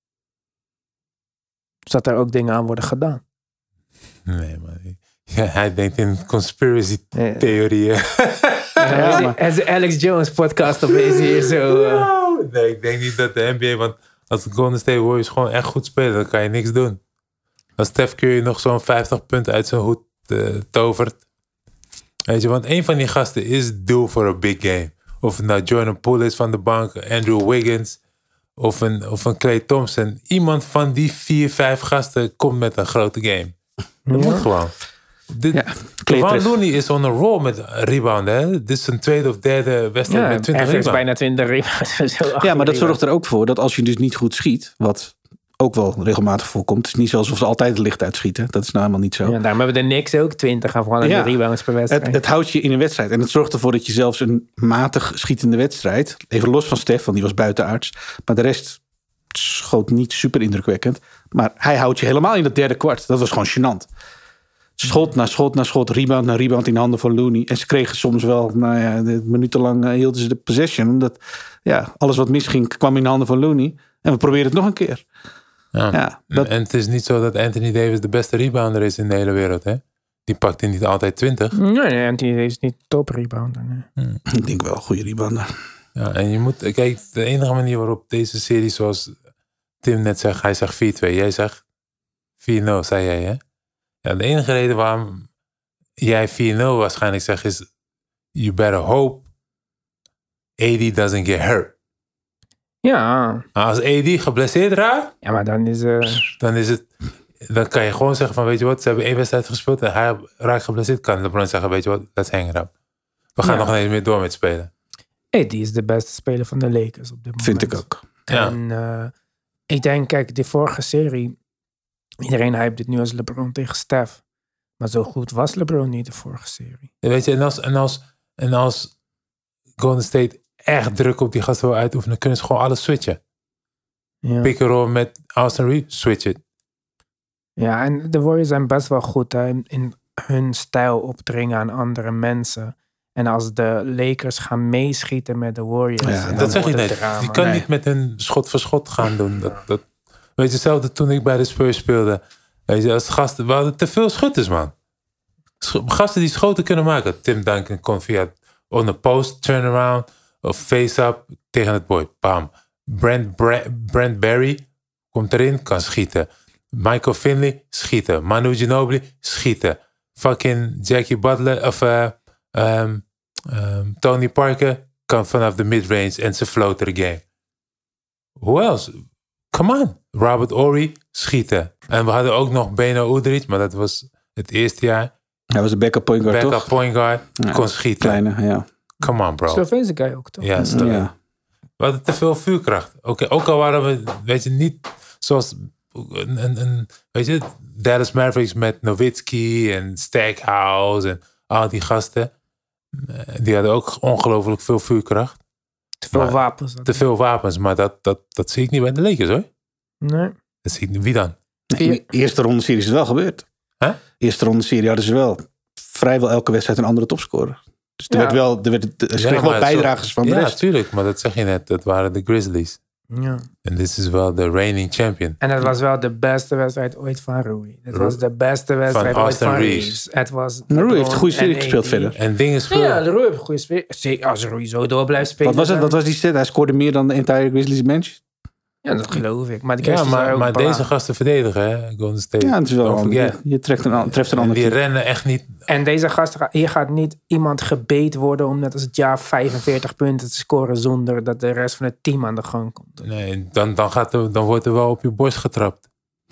Dus dat er ook dingen aan worden gedaan. Nee, man. Ja, hij denkt in conspiracy Ja. theorieën. Ja, maar- en de Alex Jones podcast opeens hier zo. Uh, Nou, nee, ik denk niet dat de N B A... Want als de Golden State Warriors gewoon echt goed spelen, dan kan je niks doen. Als Steph Curry nog zo'n vijftig punten uit zijn hoed uh, tovert. Weet je, want een van die gasten is due voor een big game. Of het nou Jordan Poole is van de bank, Andrew Wiggins... Of een, of een Klay Thompson. Iemand van die vier, vijf gasten komt met een grote game. Dat Ja. moet gewoon. Dit, Ja, Klay Kevon treft. Looney is on a roll met rebound. Hè? Dit is zijn tweede of derde wedstrijd ja, met twintig average rebound. bijna twintig rebounds. Zo achter Ja, maar dat de zorgt er ook voor dat als je dus niet goed schiet, wat ook wel regelmatig voorkomt. Het is niet zo alsof ze altijd het licht uitschieten. Dat is nou helemaal niet zo. Ja, daarom hebben we de Knicks ook twintig aanvallende Ja. rebounds per wedstrijd. Het, het houdt je in een wedstrijd. En het zorgt ervoor dat je zelfs een matig schietende wedstrijd... even los van Stef, want die was buitenaards... maar de rest schoot niet super indrukwekkend. Maar hij houdt je helemaal in dat derde kwart. Dat was gewoon gênant. Schot na schot na schot, rebound na rebound in de handen van Looney. En ze kregen soms wel, nou ja, de- minutenlang uh, hielden ze de possession. Omdat ja, alles wat misging kwam in de handen van Looney. En we proberen het nog een keer. Ja. Ja, dat- En het is niet zo dat Anthony Davis de beste rebounder is in de hele wereld. Hè? Die pakt hij niet altijd twintig. Nee, nee, Anthony is niet top rebounder. Nee. Ik denk wel, goede rebounder. Ja, en je moet... Kijk, de enige manier waarop deze serie, zoals Tim net zegt, hij zegt vier twee. Jij zegt vier nul, zei jij, hè? Ja, de enige reden waarom jij vier nul waarschijnlijk zegt is... You better hope A D doesn't get hurt. Ja. Als A D geblesseerd raakt... Ja, maar dan is... Uh... Dan is het... Dan kan je gewoon zeggen van, weet je wat, ze hebben één wedstrijd gespeeld en hij raakt geblesseerd. Kan LeBron zeggen, weet je wat, let's hang it up. We gaan ja. nog niet meer door met spelen. A D is de beste speler van de Lakers op dit moment. Vind ik ook. En uh, ik denk, kijk, de vorige serie... Iedereen hype dit nu als LeBron tegen Steph. Maar zo goed was LeBron niet de vorige serie. Ja, weet je, en als, en, als, en als Golden State echt druk op die gasten wil uitoefenen, kunnen ze gewoon alles switchen. Ja. Pick and roll met Austin Reeves, switch it. Ja, en de Warriors zijn best wel goed hè, in hun stijl opdringen aan andere mensen. En als de Lakers gaan meeschieten met de Warriors... Ja, dat zeg je net. Je kan nee. niet met hun schot voor schot gaan doen. Dat, dat, weet je, hetzelfde toen ik bij de Spurs speelde. Weet je, als gasten, we hadden te veel schutters, man. Gasten die schoten kunnen maken. Tim Duncan kon via on the post, turnaround of face-up tegen het boy. Bam. Brent, Brent, Brent Barry komt erin, kan schieten. Michael Finley, schieten. Manu Ginobili, schieten. Fucking Jackie Butler of uh, um, um, Tony Parker kan vanaf de midrange en ze floaten de game. Who else? Come on. Robert Horry, schieten. En we hadden ook nog Beno Udrih, maar dat was het eerste jaar. Hij was de backup point guard, backup toch? point guard, ja, kon schieten. Kleine, ja. Come on, bro. Sloveense guy ook, toch? Ja, Sloveen. Ja. We hadden te veel vuurkracht. Okay, ook al waren we, weet je, niet zoals een, een, een weet je, Dallas Mavericks met Nowitzki en Stackhouse en al die gasten. Die hadden ook ongelooflijk veel vuurkracht. Te veel maar, wapens. Te veel wapens, maar dat, dat, dat zie ik niet bij de Lakers, hoor. Nee. Dat zie ik niet. Wie dan? Nee, in de eerste ronde serie is het wel gebeurd. Huh? Eerste ronde serie hadden ze wel vrijwel elke wedstrijd een andere topscorer. Dus er ja. werd wel, er werd, er ja, wel bijdragers van de ja, rest. Ja, tuurlijk, maar dat zeg je net. Dat waren de Grizzlies. Ja. En dit is wel de reigning champion. En het was wel de beste wedstrijd ooit van Rui. Het was de beste wedstrijd van ooit van Reeves. Het was Rui heeft een goede serie gespeeld verder. En dingen spelen. Ja, Rui heeft een goede serie. Zeker als Rui zo door blijft spelen. Wat was het? Wat was die set? Hij scoorde meer dan de entire Grizzlies bench. Ja, dat geloof ik. Maar, ja, maar, maar deze gasten verdedigen, hè? Golden State. Ja, het is wel. Je, je treft een, treft een ander Die team. rennen echt niet. En deze gasten, hier gaat niet iemand gebeten worden om net als het jaar vijfenveertig punten te scoren zonder dat de rest van het team aan de gang komt. Nee, dan, dan, gaat er, dan wordt er wel op je borst getrapt.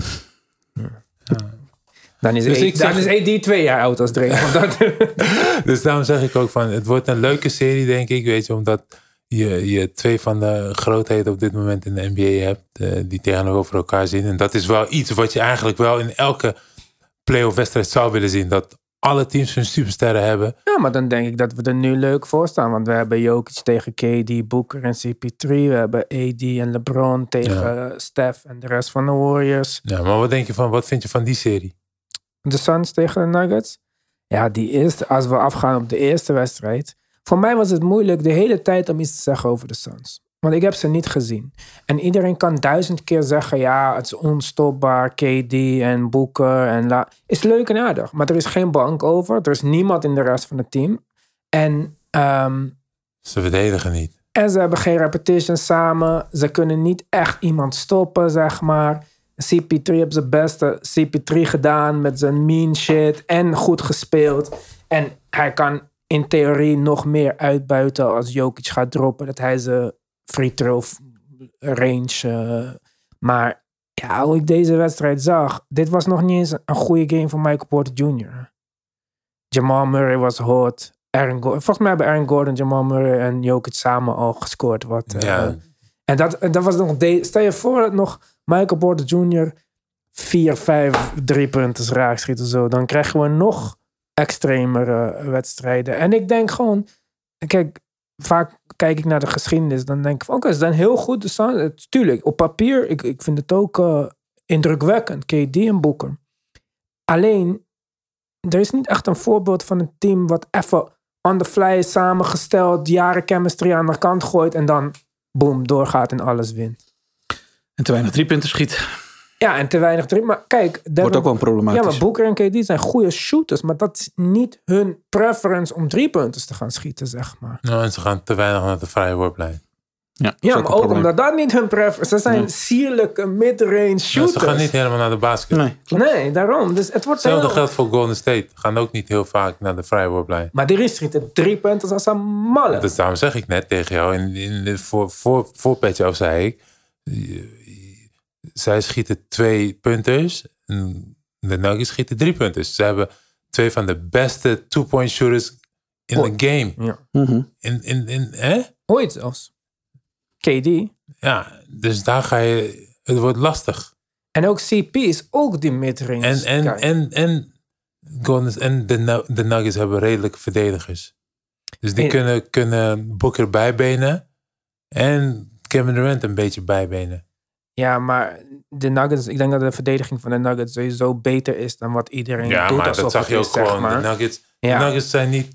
Ja. Ja. Dan is, dus A, dan zeg, is A D twee jaar oud als Dre. Dus daarom zeg ik ook van, het wordt een leuke serie, denk ik, weet je, omdat je, je twee van de grootheden op dit moment in de N B A hebt, uh, die tegenover elkaar zien. En dat is wel iets wat je eigenlijk wel in elke playoff wedstrijd zou willen zien. Dat alle teams hun supersterren hebben. Ja, maar dan denk ik dat we er nu leuk voor staan. Want we hebben Jokic tegen K D, Booker en C P drie. We hebben A D en LeBron tegen ja. Steph en de rest van de Warriors. Ja, maar wat denk je van, wat vind je van die serie? De Suns tegen de Nuggets? Ja, die eerste, als we afgaan op de eerste wedstrijd. Voor mij was het moeilijk de hele tijd om iets te zeggen over de Suns. Want ik heb ze niet gezien. En iedereen kan duizend keer zeggen, ja, het is onstopbaar, K D en Booker en la. Is leuk en aardig, maar er is geen bank over. Er is niemand in de rest van het team. En um, ze verdedigen niet. En ze hebben geen repetition samen. Ze kunnen niet echt iemand stoppen, zeg maar. C P drie heeft zijn beste C P drie gedaan met zijn mean shit en goed gespeeld. En hij kan in theorie nog meer uitbuiten als Jokic gaat droppen, dat hij zijn free throw range. Uh, maar ja, hoe ik deze wedstrijd zag, dit was nog niet eens een goede game voor Michael Porter junior Jamal Murray was hot. Aaron Gordon, volgens mij hebben Aaron Gordon, Jamal Murray en Jokic samen al gescoord. Wat, uh, ja. En dat, dat was nog. De, stel je voor dat nog Michael Porter junior vier, vijf, drie punten raak schiet of zo, dan krijgen we nog extremere wedstrijden. En ik denk gewoon, kijk, vaak kijk ik naar de geschiedenis, dan denk ik van, oké, okay, ze zijn heel goed. Dus dan, tuurlijk, op papier, ik, ik vind het ook uh, indrukwekkend, K D en Booker. Alleen, er is niet echt een voorbeeld van een team wat even on the fly is samengesteld, jaren chemistry aan de kant gooit en dan, boom, doorgaat en alles wint. En te weinig drie punten schiet. Ja, en te weinig drie. Maar kijk, Devin, Wordt ook wel problematisch. Ja, maar Booker en K D zijn goede shooters, maar dat is niet hun preference om drie punten te gaan schieten, zeg maar. Nou, en ze gaan te weinig naar de vrije worplijn. Ja, Ja, maar ook omdat dat niet hun preference. Ze zijn nee. sierlijke mid-range shooters. Ja, ze gaan niet helemaal naar de basket. Nee, nee daarom. Dus het wordt hetzelfde heel... geldt voor Golden State. Gaan ook niet heel vaak naar de vrije worplijn. Maar die schieten drie punten als een malle. Dus daarom zeg ik net tegen jou, in, in de voor, voor, voorpetje of zei ik, zij schieten twee punters en de Nuggets schieten drie punters. Ze hebben twee van de beste two-point shooters in Ooit. de game. Ja. Mm-hmm. In, in, in, hè? Ooit zelfs. K D. Ja, dus daar ga je, het wordt lastig. En ook C P is ook die midrange. En, en, guy. en, en, Golden, en de, de Nuggets hebben redelijke verdedigers. Dus die en, kunnen, kunnen Booker bijbenen en Kevin Durant een beetje bijbenen. Ja, maar de Nuggets, ik denk dat de verdediging van de Nuggets sowieso beter is dan wat iedereen ja, doet. Maar alsof dat zag je ook is, zeg gewoon. maar. De Nuggets, ja. de Nuggets zijn niet,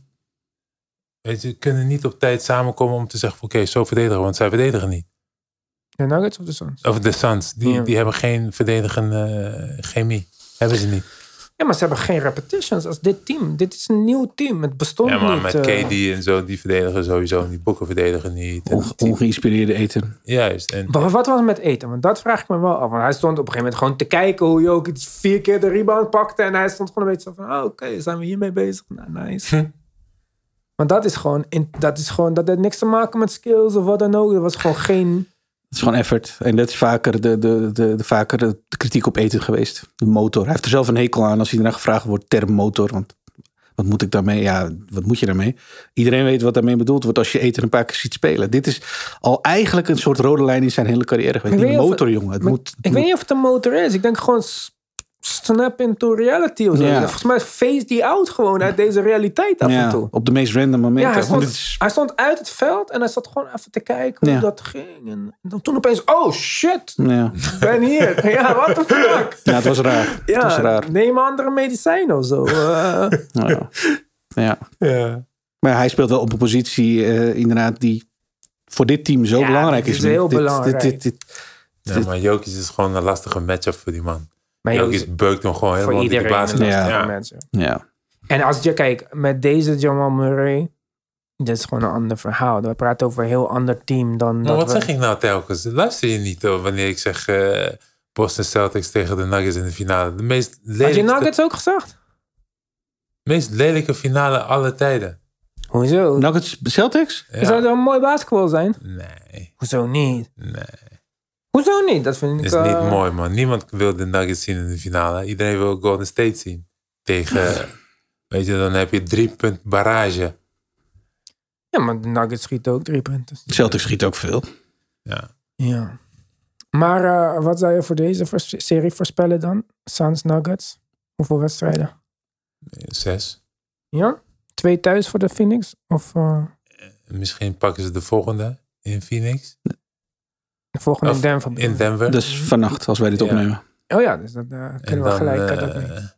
weet je, kunnen niet op tijd samenkomen om te zeggen, oké, okay, zo verdedigen, want zij verdedigen niet. De Nuggets of de Suns? Of de Suns, die, ja. die hebben geen verdedigende uh, chemie. Hebben ze niet. Ja, maar ze hebben geen repetitions als dit team. Dit is een nieuw team. Het bestond niet. Ja, maar niet, met uh... K D en zo, die verdedigen sowieso niet. Die Booker verdedigen niet. On, ongeïnspireerde eten. Juist. En... Maar wat was het met eten? Want dat vraag ik me wel af. Want hij stond op een gegeven moment gewoon te kijken hoe Jokic vier keer de rebound pakte. En hij stond gewoon een beetje zo van, oh, oké, okay, zijn we hiermee bezig? Nou, nice. Hm. Want dat is gewoon, dat is gewoon, dat heeft niks te maken met skills of wat dan ook. Dat was gewoon geen... Het is gewoon effort. En dat is vaker de, de, de, de, vaker de kritiek op eten geweest. De motor. Hij heeft er zelf een hekel aan als hij ernaar gevraagd wordt. Term motor. Want wat moet ik daarmee? Ja, wat moet je daarmee? Iedereen weet wat daarmee bedoeld wordt als je eten een paar keer ziet spelen. Dit is al eigenlijk een soort rode lijn in zijn hele carrière geweest. Die motor, jongen. Het moet, het ik moet... weet niet of het een motor is. Ik denk gewoon... snap into reality of zo. Ja. Volgens mij face die out gewoon uit deze realiteit af ja, en toe. op de meest random momenten. Ja, hij, stond, is... hij stond uit het veld en hij zat gewoon even te kijken hoe ja. dat ging. En dan toen opeens, oh shit, ja. ik ben hier. Ja, what the fuck. Ja, het was raar. Ja, het was raar. Neem andere medicijnen of zo. Uh. Ja. Ja. ja. Maar hij speelt wel op een positie uh, inderdaad die voor dit team zo ja, belangrijk is. is. heel dit, belangrijk. Dit, dit, dit, ja, dit. maar Jokic is gewoon een lastige matchup voor die man. Maar Jokic beukt hem gewoon helemaal voor in de basis. Ja. Ja. ja. En als je kijkt, met deze Jamal Murray, dit is gewoon een ander verhaal. We praten over een heel ander team dan maar dat wat we... zeg ik nou telkens? Luister je niet hoor, wanneer ik zeg uh, Boston Celtics tegen de Nuggets in de finale. De meest lelijke, Had je Nuggets ook gezegd? meest lelijke finale aller tijden. Hoezo? Nuggets Celtics? Ja. Zou er een mooi basketbal zijn? Nee. Hoezo niet? Nee. Hoezo niet? Dat vind ik... is uh... niet mooi, man. Niemand wil de Nuggets zien in de finale. Iedereen wil Golden State zien. Tegen, weet je, dan heb je drie punt barrage. Ja, maar de Nuggets schieten ook drie punten. Celtics schiet ook veel. Ja. Ja. Maar uh, wat zou je voor deze serie voorspellen dan? Suns Nuggets? Hoeveel wedstrijden? Zes. Ja? Twee thuis voor de Phoenix? Of... Uh... Misschien pakken ze de volgende in Phoenix. De volgende of in Denver. In Denver. Dus vannacht, als wij dit ja. opnemen. Oh ja, dus dat uh, kunnen we dan, gelijk. Uh, dat niet.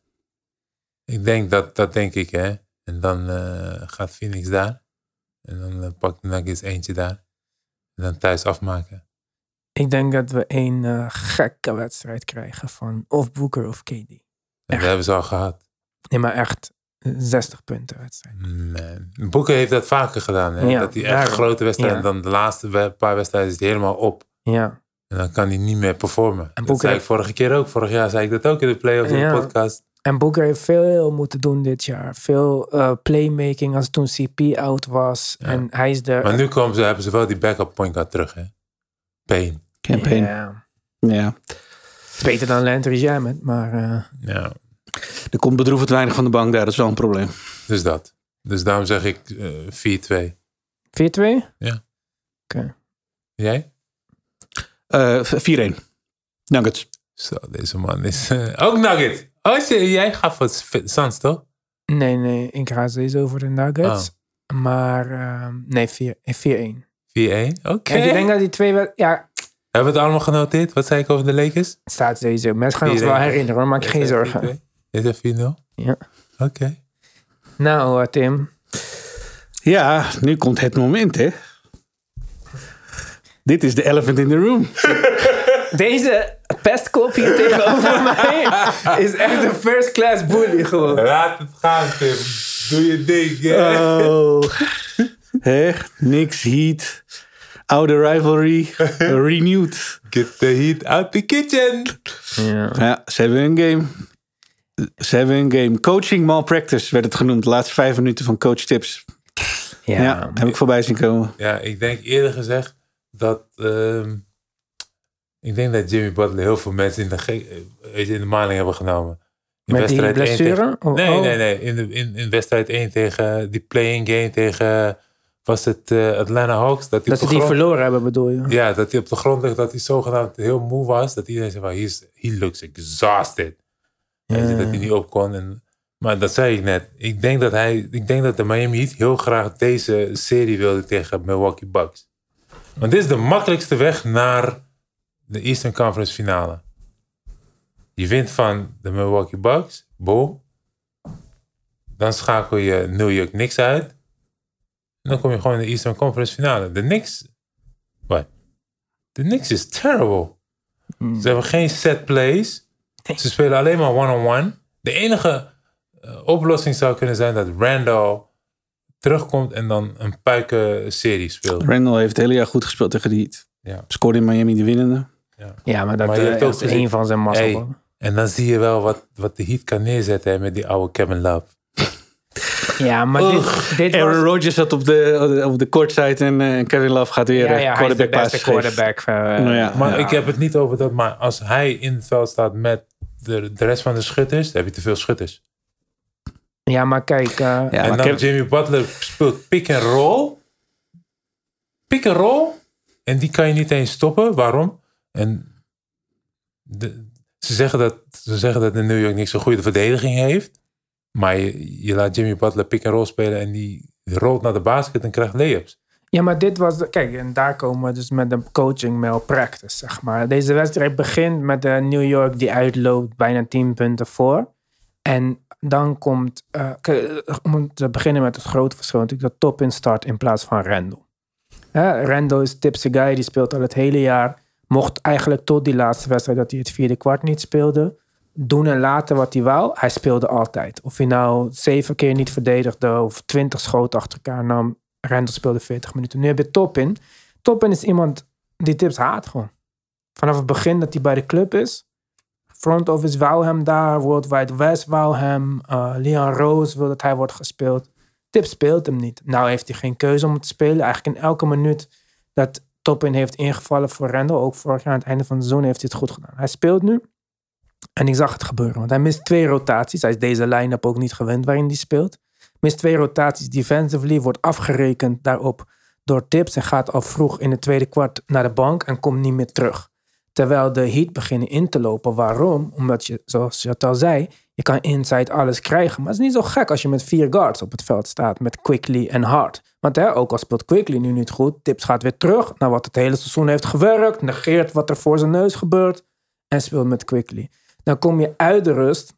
Ik denk dat, dat denk ik, hè. En dan uh, gaat Phoenix daar. En dan uh, pakt de Nuggets eentje daar. En dan thuis afmaken. Ik denk dat we een uh, gekke wedstrijd krijgen van of Booker of K D. En dat hebben ze al gehad. Nee, maar echt zestig punten wedstrijd. Man. Booker heeft dat vaker gedaan. Hè? Ja, dat hij echt daarom. grote wedstrijden. Ja. En dan de laatste paar wedstrijden is hij helemaal op. Ja. En dan kan hij niet meer performen. En dat Booker zei ik heeft... vorige keer ook. Vorig jaar zei ik dat ook in de playoffs ja. in de podcast. En Booker heeft veel moeten doen dit jaar. Veel uh, playmaking als toen C P out was. Ja. En hij is de... Maar nu komen ze, hebben ze wel die backup point guard terug. Hè? Payne. Campaign. Ja. Ja. Beter dan Landry Shamet, maar... Uh... Ja. Er komt bedroevend weinig van de bank daar. Dat is wel een probleem. Dus dat. Dus daarom zeg ik uh, vier twee. vier twee? Ja. Oké. Okay. Jij? Uh, vier een. Nuggets. Zo, deze man is... Uh, ook Nuggets. Oh, jij gaat voor het Suns, toch? Nee, nee. Ik ga sowieso voor de Nuggets. Oh. Maar uh, nee, vier één. vier één? Oké. Okay. Ik denk dat die twee... Ja. Hebben we het allemaal genoteerd? Wat zei ik over de Lakers? Het staat sowieso. Mensen gaan ons wel herinneren, hoor. Maak je geen zorgen. Is het vier nul? Ja. Oké. Okay. Nou, uh, Tim. Ja, nu komt het moment, hè. Dit is de elephant in the room. Deze pestkop hier tegenover mij is echt een first class bully gewoon. Laat het gaan, Tim. Doe je ding. Yeah. Oh. Hè? Knicks, Heat. Oude rivalry. Renewed. Get the heat out the kitchen. Ja. Ja, ze hebben een game. Ze hebben een game. Coaching malpractice werd het genoemd. De laatste vijf minuten van Coach Tips. Ja, Ja, heb ik voorbij zien komen. Ja, ik denk eerder gezegd dat... Um, ik denk dat Jimmy Butler heel veel mensen in de, ge- in de maling hebben genomen. In met die blessure? Tegen, nee, oh. nee, nee. In, de, in, in wedstrijd één tegen die play-in game tegen... Was het uh, Atlanta Hawks? Dat, dat ze die grond, verloren hebben, bedoel je? Ja, dat hij op de grond ligt, dat hij zogenaamd heel moe was. Dat iedereen zei, well, he's, he looks exhausted. Ja. En dat hij niet op kon. En, maar dat zei ik net. Ik denk dat, hij, ik denk dat de Miami Heat heel graag deze serie wilde tegen Milwaukee Bucks. Want dit is de makkelijkste weg naar de Eastern Conference finale. Je wint van de Milwaukee Bucks. Boom. Dan schakel je New York Knicks uit. En dan kom je gewoon in de Eastern Conference finale. De Knicks... Wat? De Knicks is terrible. Mm. Ze hebben geen set plays. Ze spelen alleen maar one-on-one. De enige uh, oplossing zou kunnen zijn dat Randall terugkomt en dan een puiken-serie speelt. Randall heeft het hele jaar goed gespeeld tegen de Heat. Ja. Scoorde in Miami de winnende. Ja, ja maar dat maar uh, is één van zijn massa. Hey, en dan zie je wel wat, wat de Heat kan neerzetten hè, met die oude Kevin Love. Ja, maar dit, dit Aaron was... Rodgers zat op de, op de courtside en uh, Kevin Love gaat weer ja, ja, quarterback pass geven. quarterback. Uh, nou ja, maar ja. ik heb het niet over dat, maar als hij in het veld staat met de, de rest van de schutters, dan heb je te veel schutters. Ja, maar kijk... Uh, ja, en maar dan Kev... Jimmy Butler speelt pick and roll. Pick and roll. En die kan je niet eens stoppen. Waarom? En de, ze, zeggen dat, ze zeggen dat de New York Knicks een goede verdediging heeft. Maar je, je laat Jimmy Butler pick and roll spelen en die rolt naar de basket en krijgt layups. Ja, maar dit was... De, kijk, en daar komen we dus met de coaching malpractice, zeg maar. Deze wedstrijd begint met de New York die uitloopt bijna tien punten voor. En dan komt... Uh, om te beginnen met het grote verschil natuurlijk dat Toppin start in plaats van Randall. Uh, Randall is tipsy guy, die speelt al het hele jaar. Mocht eigenlijk tot die laatste wedstrijd dat hij het vierde kwart niet speelde... doen en laten wat hij wou. Hij speelde altijd. Of hij nou zeven keer niet verdedigde of twintig schoten achter elkaar nam. Randall speelde veertig minuten. Nu heb je Toppin. Toppin is iemand die Tips haat gewoon. Vanaf het begin dat hij bij de club is. Front office wou hem daar. World Wide West wou hem. Uh, Leon Rose wil dat hij wordt gespeeld. Tips speelt hem niet. Nou heeft hij geen keuze om te spelen. Eigenlijk in elke minuut dat Toppin heeft ingevallen voor Randall. Ook vorig jaar aan het einde van het seizoen heeft hij het goed gedaan. Hij speelt nu. En ik zag het gebeuren, want hij mist twee rotaties. Hij is deze line-up ook niet gewend waarin hij speelt. Mist twee rotaties defensively, wordt afgerekend daarop door Tips en gaat al vroeg in het tweede kwart naar de bank en komt niet meer terug. Terwijl de Heat beginnen in te lopen. Waarom? Omdat je, zoals je het al zei, je kan inside alles krijgen. Maar het is niet zo gek als je met vier guards op het veld staat, met Quickly en Hart. Want hè, ook al speelt Quickly nu niet goed, Tips gaat weer terug naar wat het hele seizoen heeft gewerkt, negeert wat er voor zijn neus gebeurt en speelt met Quickly. Dan kom je uit de rust.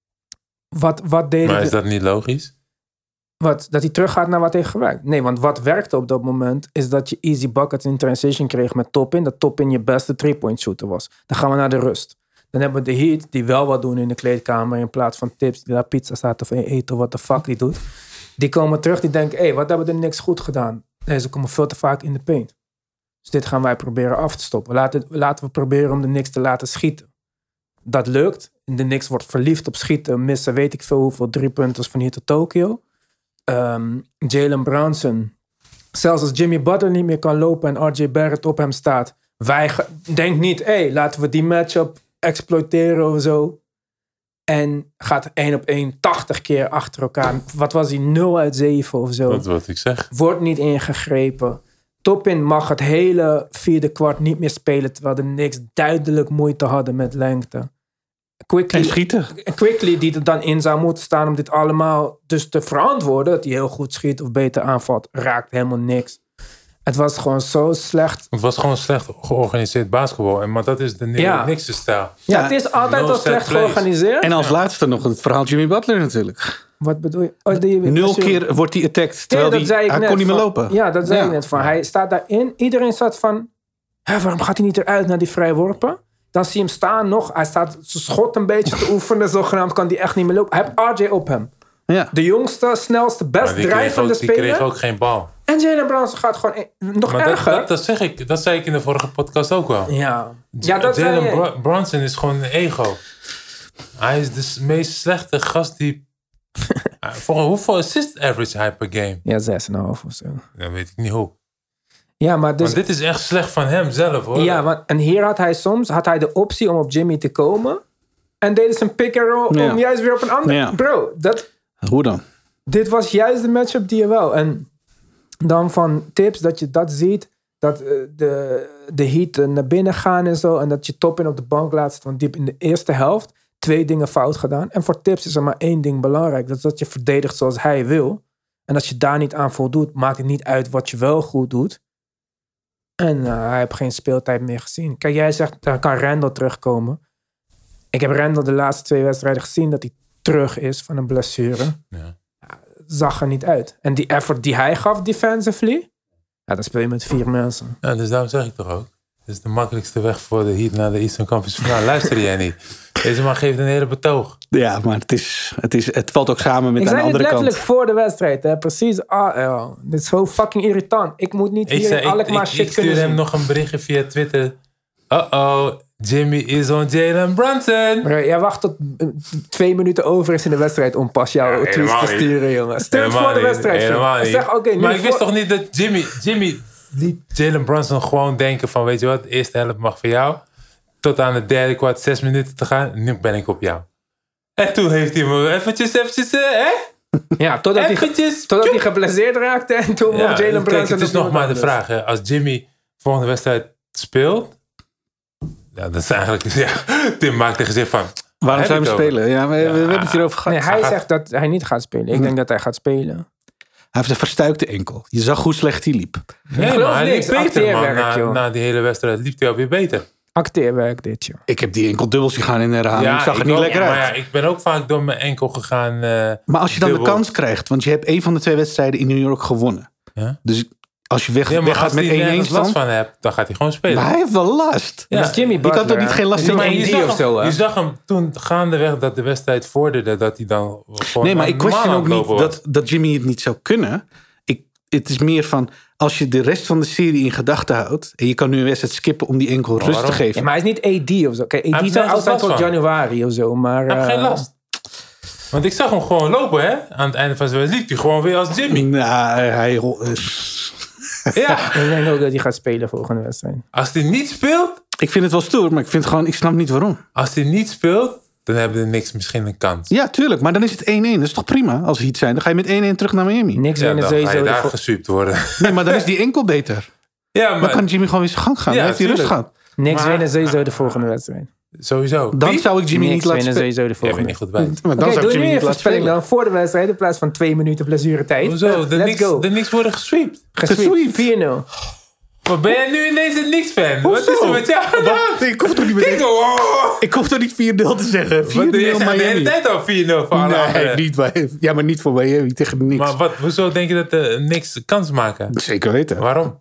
Wat, wat deed maar is dat niet logisch? Wat, dat hij teruggaat naar wat hij heeft gewerkt. Nee, want wat werkte op dat moment is dat je easy buckets in transition kreeg met Toppin. Dat Toppin je beste three-point shooter was. Dan gaan we naar de rust. Dan hebben we de Heat die wel wat doen in de kleedkamer in plaats van Tips die daar pizza staat of eten of wat de fuck die doet. Die komen terug, die denken, hé, hey, wat hebben de Knicks goed gedaan? Nee, ze komen veel te vaak in de paint. Dus dit gaan wij proberen af te stoppen. Laten, laten we proberen om de Knicks te laten schieten. Dat lukt. De Knicks wordt verliefd op schieten. Missen weet ik veel hoeveel driepunters van hier tot Tokio. Um, Jalen Brunson. Zelfs als Jimmy Butler niet meer kan lopen en R J Barrett op hem staat. Weiger, denk niet, hé, hey, laten we die matchup exploiteren of zo. En gaat één op één tachtig keer achter elkaar. Wat was hij? nul uit zeven of zo. Dat is wat ik zeg. Wordt niet ingegrepen. Toppin mag het hele vierde kwart niet meer spelen. Terwijl de Knicks duidelijk moeite hadden met lengte. Quickly, en schieten. Quickly die er dan in zou moeten staan om dit allemaal dus te verantwoorden. Dat hij heel goed schiet of beter aanvalt. Raakt helemaal niks. Het was gewoon zo slecht. Het was gewoon slecht georganiseerd basketbal. En, maar dat is de New York Knicks stijl. Ja, ja, het is altijd no al slecht plays. georganiseerd. En als ja. laatste nog het verhaal Jimmy Butler natuurlijk. Wat bedoel je? Oh, die, Nul keer wordt hij attacked. Terwijl nee, die, hij kon niet meer lopen. Ja, dat zei ja. ik net van. Hij staat daarin. Iedereen staat van... Hè, waarom gaat hij niet eruit naar die vrijworpen? Dan zie je hem staan nog. Hij staat zijn schot een beetje te oefenen. Zogenaamd kan hij echt niet meer lopen. Hij heeft R J op hem. Ja. De jongste, snelste, best drijvende speler. Die kreeg ook geen bal. En Jalen Brunson gaat gewoon nog maar erger. Dat, dat, dat zeg ik. Dat zei ik in de vorige podcast ook wel. Ja. ja dat Jalen zei Br- Brunson is gewoon een ego. Hij is de meest slechte gast die... Volgens hoeveel assist average hij per game? Ja, zes komma vijf of zo. Dat weet ik niet hoe. Ja, maar dus... Want dit is echt slecht van hem zelf, hoor. Ja, want, en hier had hij soms had hij de optie om op Jimmy te komen. En deden ze een pick and roll ja. om juist weer op een ander... Ja. Bro, dat... Hoe dan? Dit was juist de matchup die je wou. En dan van tips dat je dat ziet. Dat uh, de, de Heat uh, naar binnen gaan en zo. En dat je Toppin op de bank laat zitten. Want die in de eerste helft twee dingen fout gedaan. En voor tips is er maar één ding belangrijk. Dat is dat je verdedigt zoals hij wil. En als je daar niet aan voldoet, maakt het niet uit wat je wel goed doet. En uh, hij heeft geen speeltijd meer gezien. Kijk, jij zegt, daar kan Randall terugkomen. Ik heb Randall de laatste twee wedstrijden gezien dat hij terug is van een blessure. Ja. Zag er niet uit. En die effort die hij gaf defensively, ja, dan speel je met vier mensen. Ja, dus daarom zeg ik toch ook. Dit is de makkelijkste weg voor de Heat naar de Eastern Conference Finale. Luister jij niet? Deze man geeft een hele betoog. Ja, maar het, is, het, is, het valt ook samen met ik aan de andere kant. Ik zei kant. letterlijk voor de wedstrijd. Hè? Precies. Ah, ja. Dit is zo fucking irritant. Ik moet niet Ik, hier zei, in Alkmaar ik, shit ik, ik kunnen stuurde hem zien. nog een berichtje via Twitter. Uh-oh, Jimmy is on Jalen Brunson. Bro, jij wacht tot uh, twee minuten over is in de wedstrijd om pas jouw Ja, tweets te niet. sturen, jongen. Stuur het Helemaal voor de niet, wedstrijd. helemaal vriend. niet. Zeg, okay, nu maar ik voor... wist toch niet dat Jimmy... Jimmy liet Jalen Brunson gewoon denken van... Weet je wat, de eerste helft mag voor jou. Tot aan de derde kwart, zes minuten te gaan. Nu ben ik op jou. En toen heeft hij me eventjes, eventjes, uh, hè? Ja, totdat hij, Eventjes, totdat hij geblesseerd raakte en toen Ja, mocht Jalen kijk, Brunson... het is nog maar de anders. vraag. Hè. Als Jimmy volgende wedstrijd speelt... Ja, dat is eigenlijk... Ja, Tim maakt een gezicht van... Waarom heb zou je ik hem het over? spelen? Ja, we, we, we hebben het hierover gehad. Nee, hij gaat- zegt dat hij niet gaat spelen. Ik denk dat hij gaat spelen. Hij heeft een verstuikte enkel. Je zag hoe slecht hij liep. Nee, geloof maar hij liep niks. beter, man. Acteerwerk, Na, joh. na die hele wedstrijd liep hij alweer beter. Acteerwerk dit, joh. Ik heb die enkel dubbels gaan in herhaling. ik zag er ik niet ook, lekker maar uit. ja, ik ben ook vaak door mijn enkel gegaan. eh, Maar als je dan dubbel. de kans krijgt, want je hebt één van de twee wedstrijden in New York gewonnen. Ja? Dus als je weg, Ja, maar weggaat als met hij één één nergens last stand. van hebt, dan gaat hij gewoon spelen. Maar hij heeft wel last. Ja. Dat is Jimmy Je kan Butler, toch niet hè? geen last Dat is hebben niet je, van één zag D of hem, zo, hè? je zag hem toen gaandeweg dat de wedstrijd vorderde, dat hij dan gewoon Nee, maar ik normaal question aan ook het niet lopen was. dat, dat Jimmy het niet zou kunnen. Ik, het is meer van, als je de rest van de serie in gedachten houdt... en je kan nu een wedstrijd skippen om die enkel rust te waarom? geven. Ja, maar hij is niet A D of zo. Kijk, A D heeft zou nergens altijd last tot van. januari of zo, maar... Hij heeft eh, geen last. Want ik zag hem gewoon lopen, hè? Aan het einde van zijn wedstrijd liep hij gewoon weer als Jimmy. Nou, hij... eh, Ja, Ik denk ook dat hij gaat spelen volgende wedstrijd. als hij niet speelt, Ik vind het wel stoer, maar ik vind gewoon, ik snap niet waarom. als hij niet speelt, dan hebben de Knicks misschien een kans. Ja, tuurlijk, maar dan is het één één. Dat is toch prima als Heat zijn. Dan ga je met één één terug naar Miami. Niks Ja, winnen dan ga sowieso. je de daar vo- gesweept worden. Nee, maar dan is die enkel beter. Ja, Dan maar kan Jimmy gewoon weer zijn gang gaan. Ja, dan heeft hij rust tuurlijk. gehad. Niks Maar- winnen sowieso de volgende wedstrijd. sowieso. Dan Wie? zou ik Jimmy Niks niet laten winnen spelen. sowieso de Jij volgende bent niet goed bij. Maar dan Oké, zou doe ik nu Jimmy een niet laten voorspelling spelen. dan voor de wedstrijd in plaats van twee minuten blessuretijd. Hoezo? De Let's Knicks, go. de Knicks worden gesweept. Gesweept. vier nul. Maar ben jij nu ineens een Knicks-fan? Wat is er met jou Wat? gedaan? Ik hoef toch niet met Kijk, oh. Ik hoef toch niet vier nul te zeggen. Wat doe je vier nul de hele Miami. tijd al vier nul voor alle Nee, anderen? niet bij, ja, maar niet voor Miami tegen de Knicks. Maar wat, hoezo denk je dat de Knicks kans maken? Zeker weten. Waarom?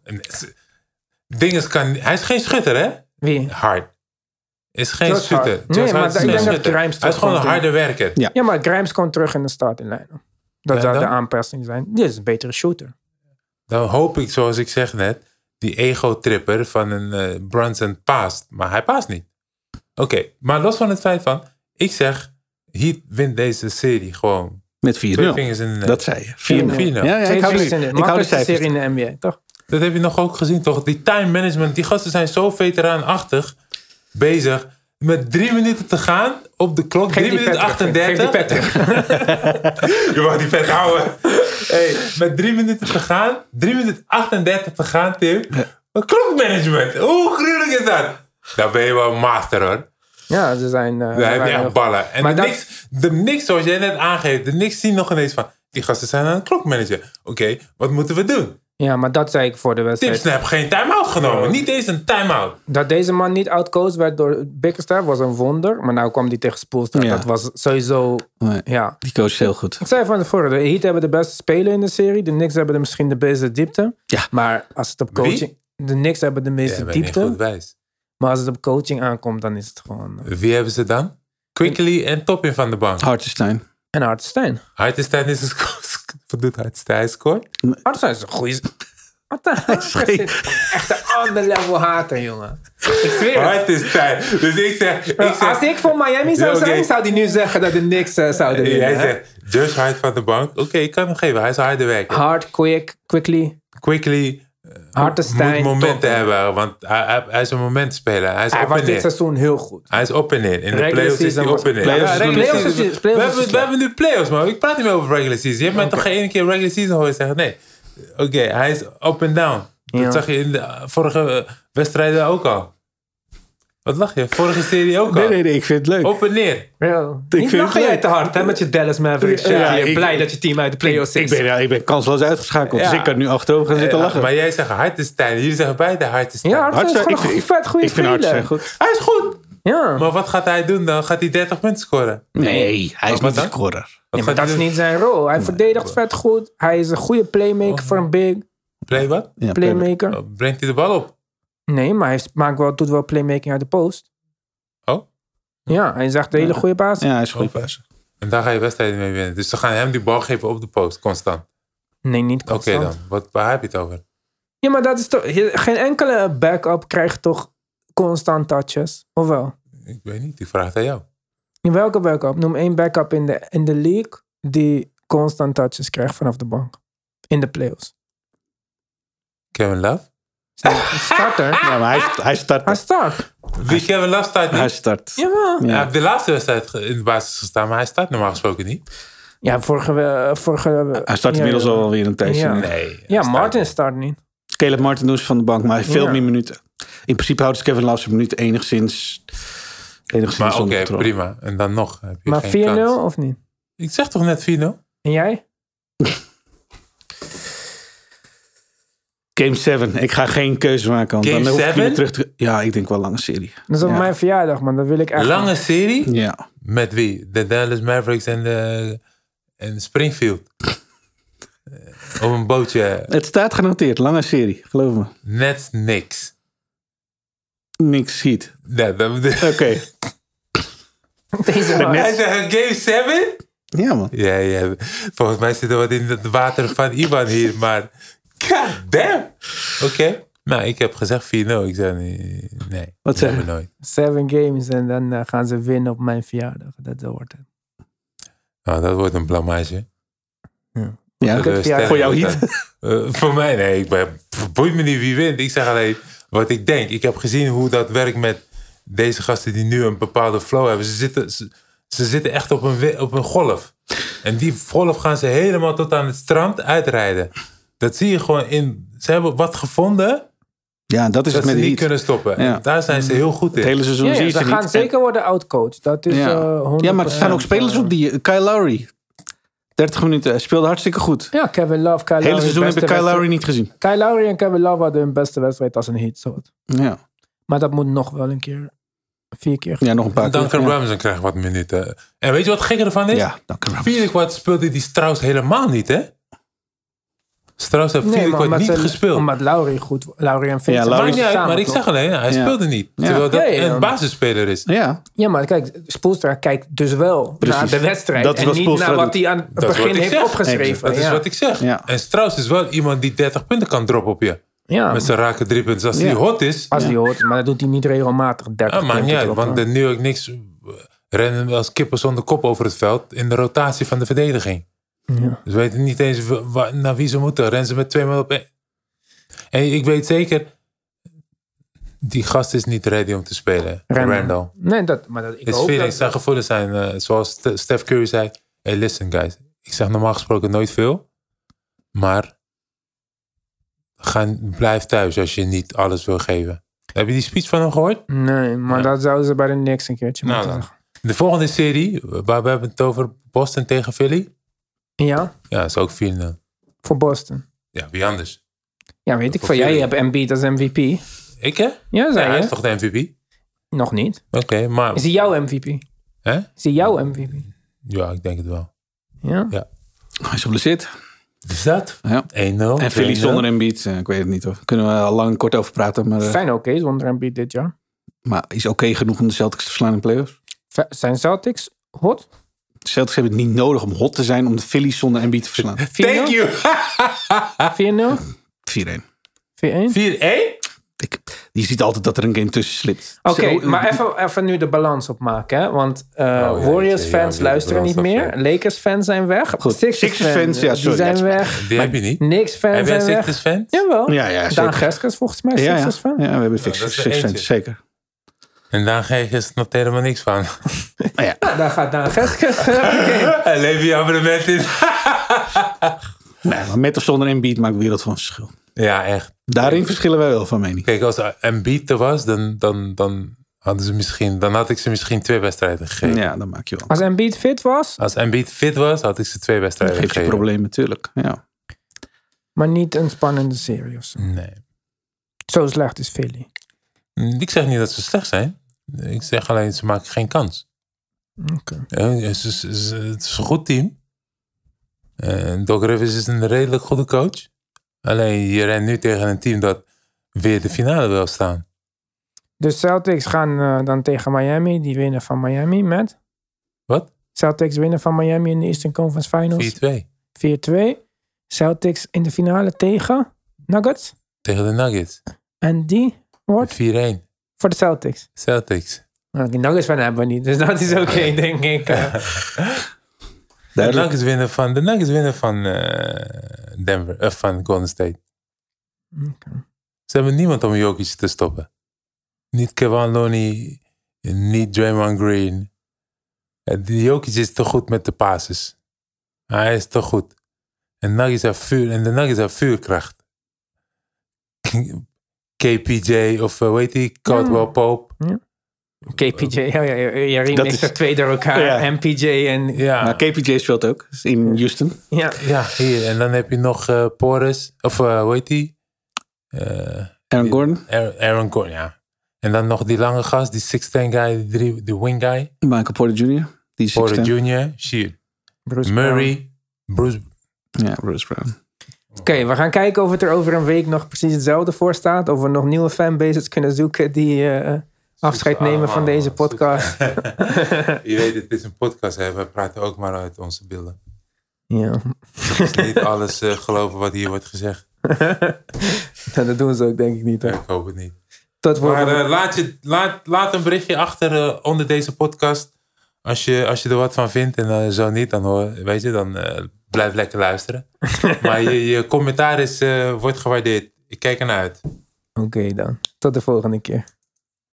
Dinges kan... Hij is geen schutter, hè? Wie? Hard. Is geen Josh schutter. Hart. Josh Nee, maar Hart is ik geen denk dat schutter. Grimes Hij is gewoon een terugkomt, harde werker. Ja. Ja, maar Grimes komt terug in de starting line. Dat Ja, zou de dan? aanpassing zijn. Dit is een betere shooter. Dan hoop ik, zoals ik zeg net, die ego-tripper van een uh, Brunson paast. Maar hij paast niet. Oké, okay, maar los van het feit van... Ik zeg, Heat wint deze serie gewoon. Met vier Twee nul. vingers in de nek. Dat zei je. vier nul. vier nul. Ja, ja, Twee ik hou de, vingers in de ik hou de makkelijkste cijfers. serie in de N B A, toch? Dat heb je nog ook gezien, toch? Die time management. Die gasten zijn zo veteraanachtig bezig. Met drie minuten te gaan op de klok. Geef drie die minuten pet terug, geef die achtendertig. pet terug. Je mag die vet houden. Hey, met drie minuten te gaan. drie minuten achtendertig te gaan, Tim. Klokmanagement. Hoe gruwelijk is dat? Dan ben je wel een master, hoor. Ja, ze zijn... Uh, Dan heb je waren echt ballen. En Maar de, dat- Knicks, de Knicks, zoals jij net aangeeft, de Knicks zien nog ineens van... Die gasten zijn aan het klokmanagen. Oké, okay, wat moeten we doen? Ja, maar dat zei ik voor de Tim wedstrijd. Snap geen time-out genomen. Niet eens een time-out. Dat deze man niet outcoached werd door Bickerstaff was een wonder. Maar nou kwam hij tegen Spoelstra. Ja. Dat was sowieso... Nee, Ja. die coach is heel goed. Ik zei van tevoren, de Heat hebben de beste speler in de serie. De Knicks hebben de, misschien de beste diepte. Ja. Maar als het op Wie? coaching... de Knicks hebben de meeste Ja, ben je niet diepte. goed wijs. Maar als het op coaching aankomt, dan is het gewoon... uh, Wie hebben ze dan? Quickly en Toppin van de bank. Hartenstein. En Hartenstein. Hartenstein is een score. Wat doet Hartenstein? Score? Hartenstein is een goede... Wat de Hartenstein is echt een ander level hater, jongen. Ik zweer het. Hartenstein. Dus ik zeg... Ik zeg Als ik voor Miami zou Ja, oké. zijn, zou die nu zeggen dat de Knicks uh, zouden winnen. Jij hè? zegt Josh Hart van de bank. Oké, okay, ik kan hem geven. Hij is een harde werker. Hard, quick, quickly. Quickly Hartenstein. moet momenten top, hè? hebben. Want hij, hij, hij is een momentspeler. Hij is Hij op was en dit neer. seizoen heel goed. Hij is op en neer. In de Regular playoffs is hij season op en neer. was- Playoffs Ja, is nog regular niet- season. playoffs is- We playoffs is hebben, we slecht. hebben nu playoffs, man. Ik praat niet meer over regular season. Je hebt mij Oké. toch geen ene keer regular season horen zeggen? Nee. Oké, okay, hij is up en down. Ja. Dat zag je in de vorige uh, wedstrijden ook al. Wat lach je? Vorige serie ook al. Nee, nee, nee, ik vind het leuk. Op en neer. Ja. Ik Niet vind lachen het jij leuk. te hard, hè, met je Dallas Mavericks. Ja, Ja, je ik- blij dat je team uit de playoffs Ik is. ben, ja, ik ben kansloos uitgeschakeld, Ja. dus ik kan nu achterover gaan zitten Ja, lachen. maar jij zegt Hartenstein. Jullie zeggen beide Hartenstein. Ja, Hartenstein is Hartenstein, gewoon ik een vind- vet goede ik vind speler. Hartenstein goed. Hij is goed. Ja. Maar wat gaat hij doen dan? Gaat hij dertig punten scoren? Nee, hij is Wat niet de dan? scorer. Wat Nee, maar gaat dat hij is doen? niet zijn rol. Hij verdedigt vet goed. Hij is een goede playmaker voor een big Play wat? Ja, playmaker. Oh, brengt hij de bal op? Nee, maar hij maakt wel, doet wel playmaking uit de post. Oh? Ja, hij is echt een hele goede baas. Ja, hij is goed. Oké. En daar ga je wedstrijden mee winnen. Dus ze gaan hem die bal geven op de post, constant. Nee, niet Oké constant. dan, wat, waar heb je het over? Ja, maar dat is toch... Geen enkele backup krijgt toch constant touches? Of wel? Ik weet niet, die vraagt aan jou. In welke backup? Noem één backup in de, in de league die constant touches krijgt vanaf de bank. In de playoffs. Kevin Love? Starter. Ja, maar hij, hij start. Hij start. Wie Kevin Love staat Hij niet? start. Jawel. Hij Ja. heeft de laatste wedstrijd ge- in de basis gestaan, maar hij staat normaal gesproken niet. Ja, vorige... we- vorige Hij start ja, inmiddels ja. alweer een tijdje. Ja. Nee. hij Ja, staat Martin niet. start niet. Caleb Martin doet van de bank, maar hij heeft veel Ja. meer minuten. In principe houdt Kevin Love zijn minuten enigszins, enigszins Maar oké, onder controle. prima. En dan nog heb je Maar geen vier nul kans. of niet? Ik zeg toch net vier nul? En jij? Game zeven. Ik ga geen keuze maken. Want Game dan hoef ik zeven? niet terug te... Ja, ik denk wel lange serie. Dat is op Ja. mijn verjaardag, man. Dat wil ik echt. Lange serie? Ja. Met wie? De Dallas Mavericks en de en Springfield. Eh, Op een bootje. Het staat genoteerd. Lange serie. Geloof me. Net niks. Niks schiet. Ja, dat, Oké. Deze man. hij zegt game zeven? Ja, man. Ja, ja, volgens mij zit er wat in het water van Ivan hier, maar god damn. Oké, nou ik heb gezegd vier nul. Ik zei nee, nee Wat dat zeg hebben je? we nooit. Seven games en dan uh, gaan ze winnen op mijn verjaardag. Dat wordt het. Nou, dat wordt een blamage. Ja. De sterren Voor jou wordt niet? dan- Uh, voor mij nee, ik ben, boeit me niet wie wint. Ik zeg alleen wat ik denk. Ik heb gezien hoe dat werkt met deze gasten die nu een bepaalde flow hebben. Ze zitten, ze, ze zitten echt op een, wi- op een golf. En die golf gaan ze helemaal tot aan het strand uitrijden. Dat zie je gewoon in... Ze hebben wat gevonden Ja, dat is dat het ze met de niet Heat. kunnen stoppen. Ja. En daar zijn ze heel goed in. Het hele seizoen Ja, zie ja, je ze ze gaan niet. zeker worden outcoached. Dat is Ja. eh, honderd Ja, maar er staan ook procent, spelers eh, op die... Kyle Lowry. dertig minuten. Hij speelde hartstikke goed. Ja, Kevin Love, Kyle Het hele Lowry. seizoen heb ik beste Kyle Lowry wedstrijd- niet gezien. Kyle Lowry en Kevin Love hadden hun beste wedstrijd als een Heat. Soort. Ja, Maar dat moet nog wel een keer, vier keer. ja nog een paar Duncan keer. Ja. Robinson krijgt wat minuten. En weet je wat gekker ervan is? Ja, Duncan Robinson. Vierde kwart speelde die Strauss helemaal niet, hè? Strauss heeft vierde kwart omdat niet ze- gespeeld. Omdat Lowry goed... Lowry en Vincent Ja, Lowry- Maakt niet uit, samen, maar ik toch? zeg alleen, hij Ja. speelde niet. Ja. Terwijl dat Ja, ja, ja. een basisspeler is. Ja, Ja, maar kijk, Spoelstra kijkt dus wel Precies. naar de wedstrijd. Dat is en wat niet Spoelstra naar wat doet. hij aan het Dat is begin wat ik heeft zeg. opgeschreven. Dat is ja. wat ik zeg. Ja. En Strauss is wel iemand die dertig punten kan droppen op je. Ja, Met zijn rake drie punten. Als hij Ja. hot is, als die hoort. Maar dat doet hij niet regelmatig. dertig ah, maakt niet punten uit. erop, Want de New York Knicks rennen als kippen zonder kop over het veld in de rotatie van de verdediging. Ja. Dus we weten niet eens wa- wa- naar wie ze moeten. Rennen ze met twee man op één. En ik weet zeker, die gast is niet ready om te spelen. Randall. Randall. Nee, dat, maar dat, ik His hoop feelings, dat... zijn gevoelens zijn, eh, zoals St- Steph Curry zei. Hey, listen guys. Ik zeg normaal gesproken nooit veel. Maar ga, blijf thuis als je niet alles wil geven. Heb je die speech van hem gehoord? Nee, maar Ja. dat zouden ze bij de Knicks een keertje Nou, moeten dan. zeggen. De volgende serie, waar we hebben het over Boston tegen Philly. Ja, Ja, is ook vier nul. voor Boston. Ja, wie anders? Ja, weet ik Voor van. Jij Philly. hebt Embiid als M V P. Ik hè? Ja, Ja, zei hij je? is toch de M V P? Nog niet. Oké, maar... Is hij jouw M V P? Hè? Is hij jouw M V P? Ja, ik denk het wel. Ja? hij is geblesseerd. Dus dat? Ja. één nul. En Philly zonder Embiid, uh, ik weet het niet hoor. Kunnen we al lang kort over praten. Maar, uh, zijn oké okay zonder Embiid dit jaar. Maar is oké okay genoeg om de Celtics te verslaan in de playoffs? Zijn Celtics hot? De Celtics hebben het niet nodig om hot te zijn om de Philly zonder Embiid te verslaan. Thank you! vier nul? vier-één. vier-één? vier-één? Ik, je ziet altijd dat er een game tussen slipt. Oké, okay, maar even, even nu de balans opmaken. Hè? Want uh, oh, Warriors-fans ja, luisteren niet meer. Lakers-fans zijn weg. Sixers-fans, ja, die zijn weg. Die heb je niet. Knicks-fans zijn weg. Sixers-fans? Jawel. Ja, ja, Daan Geskes volgens mij Sixers-fan. Ja, ja. ja, we hebben Sixers-fans, zeker. En Daan Geskes nog helemaal niks van. Oh, ja. Ja, daar gaat Daan Geskes. Hij leeft je abonnement in. Nee, maar met of zonder Embiid maakt wereld van verschil. Ja, echt. Daarin verschillen wij wel van mening. Kijk, als Embiid er was, dan, dan, dan, hadden ze misschien, dan had ik ze misschien twee wedstrijden gegeven. Ja, dan maak je wel. Als Embiid fit was? Als Embiid fit was, had ik ze twee wedstrijden gegeven. Dat geeft je probleem natuurlijk, ja. Maar niet een spannende serie of zo. Nee. Zo slecht is Philly. Ik zeg niet dat ze slecht zijn. Ik zeg alleen, ze maken geen kans. Oké. Okay. Ja, het, het, het is een goed team. Uh, Doc Rivers is een redelijk goede coach. Alleen je rent nu tegen een team dat weer de finale wil staan. De Celtics gaan uh, dan tegen Miami. Die winnen van Miami met? Wat? Celtics winnen van Miami in de Eastern Conference Finals. vier twee. vier twee. Celtics in de finale tegen Nuggets. Tegen de Nuggets. En die wordt? vier-één. Voor de Celtics. Celtics. Nou, die Nuggets van hebben we niet. Dus dat is oké, okay, denk ik. Uh. De Nuggets winnen van, de Nuggets winnen van uh, Denver, uh, van Golden State. Okay. Ze hebben niemand om Jokic te stoppen. Niet Kevon Looney, niet Draymond Green. De Jokic is te goed met de passes. Hij is te goed. En, Nuggets heeft vuur, en de Nuggets hebben vuurkracht. K P J of uh, weet je, Caldwell ja. Pope. Ja. K P J, ja, ja, je remixt er twee door elkaar. Ja. M P J en... Ja. Maar K P J speelt ook in Houston. Ja, ja hier. En dan heb je nog uh, Portis. Of uh, hoe heet die? Uh, Aaron Gordon. Aaron, Aaron Gordon, ja. En dan nog die lange gast, die six ten guy, die, drie, die wing guy. Michael Porter junior Die Porter junior Sheer. Bruce Murray. Brown. Bruce. Ja, Bruce Brown. Oké, okay, we gaan kijken of het er over een week nog precies hetzelfde voor staat. Of we nog nieuwe fanbases kunnen zoeken die... Uh, afscheid nemen allemaal, van deze podcast. Je weet, het is een podcast. Hè? We praten ook maar uit onze beelden. Ja. Dus niet alles uh, geloven wat hier wordt gezegd. Ja, dat doen ze ook denk ik niet. Hè? Ja, ik hoop het niet. Tot maar uh, laat, je, laat, laat een berichtje achter uh, onder deze podcast. Als je, als je er wat van vindt. En uh, zo niet, dan, hoor, weet je, dan uh, blijf lekker luisteren. Maar je, je commentaar is, uh, wordt gewaardeerd. Ik kijk ernaar uit. Oké okay, dan. Tot de volgende keer.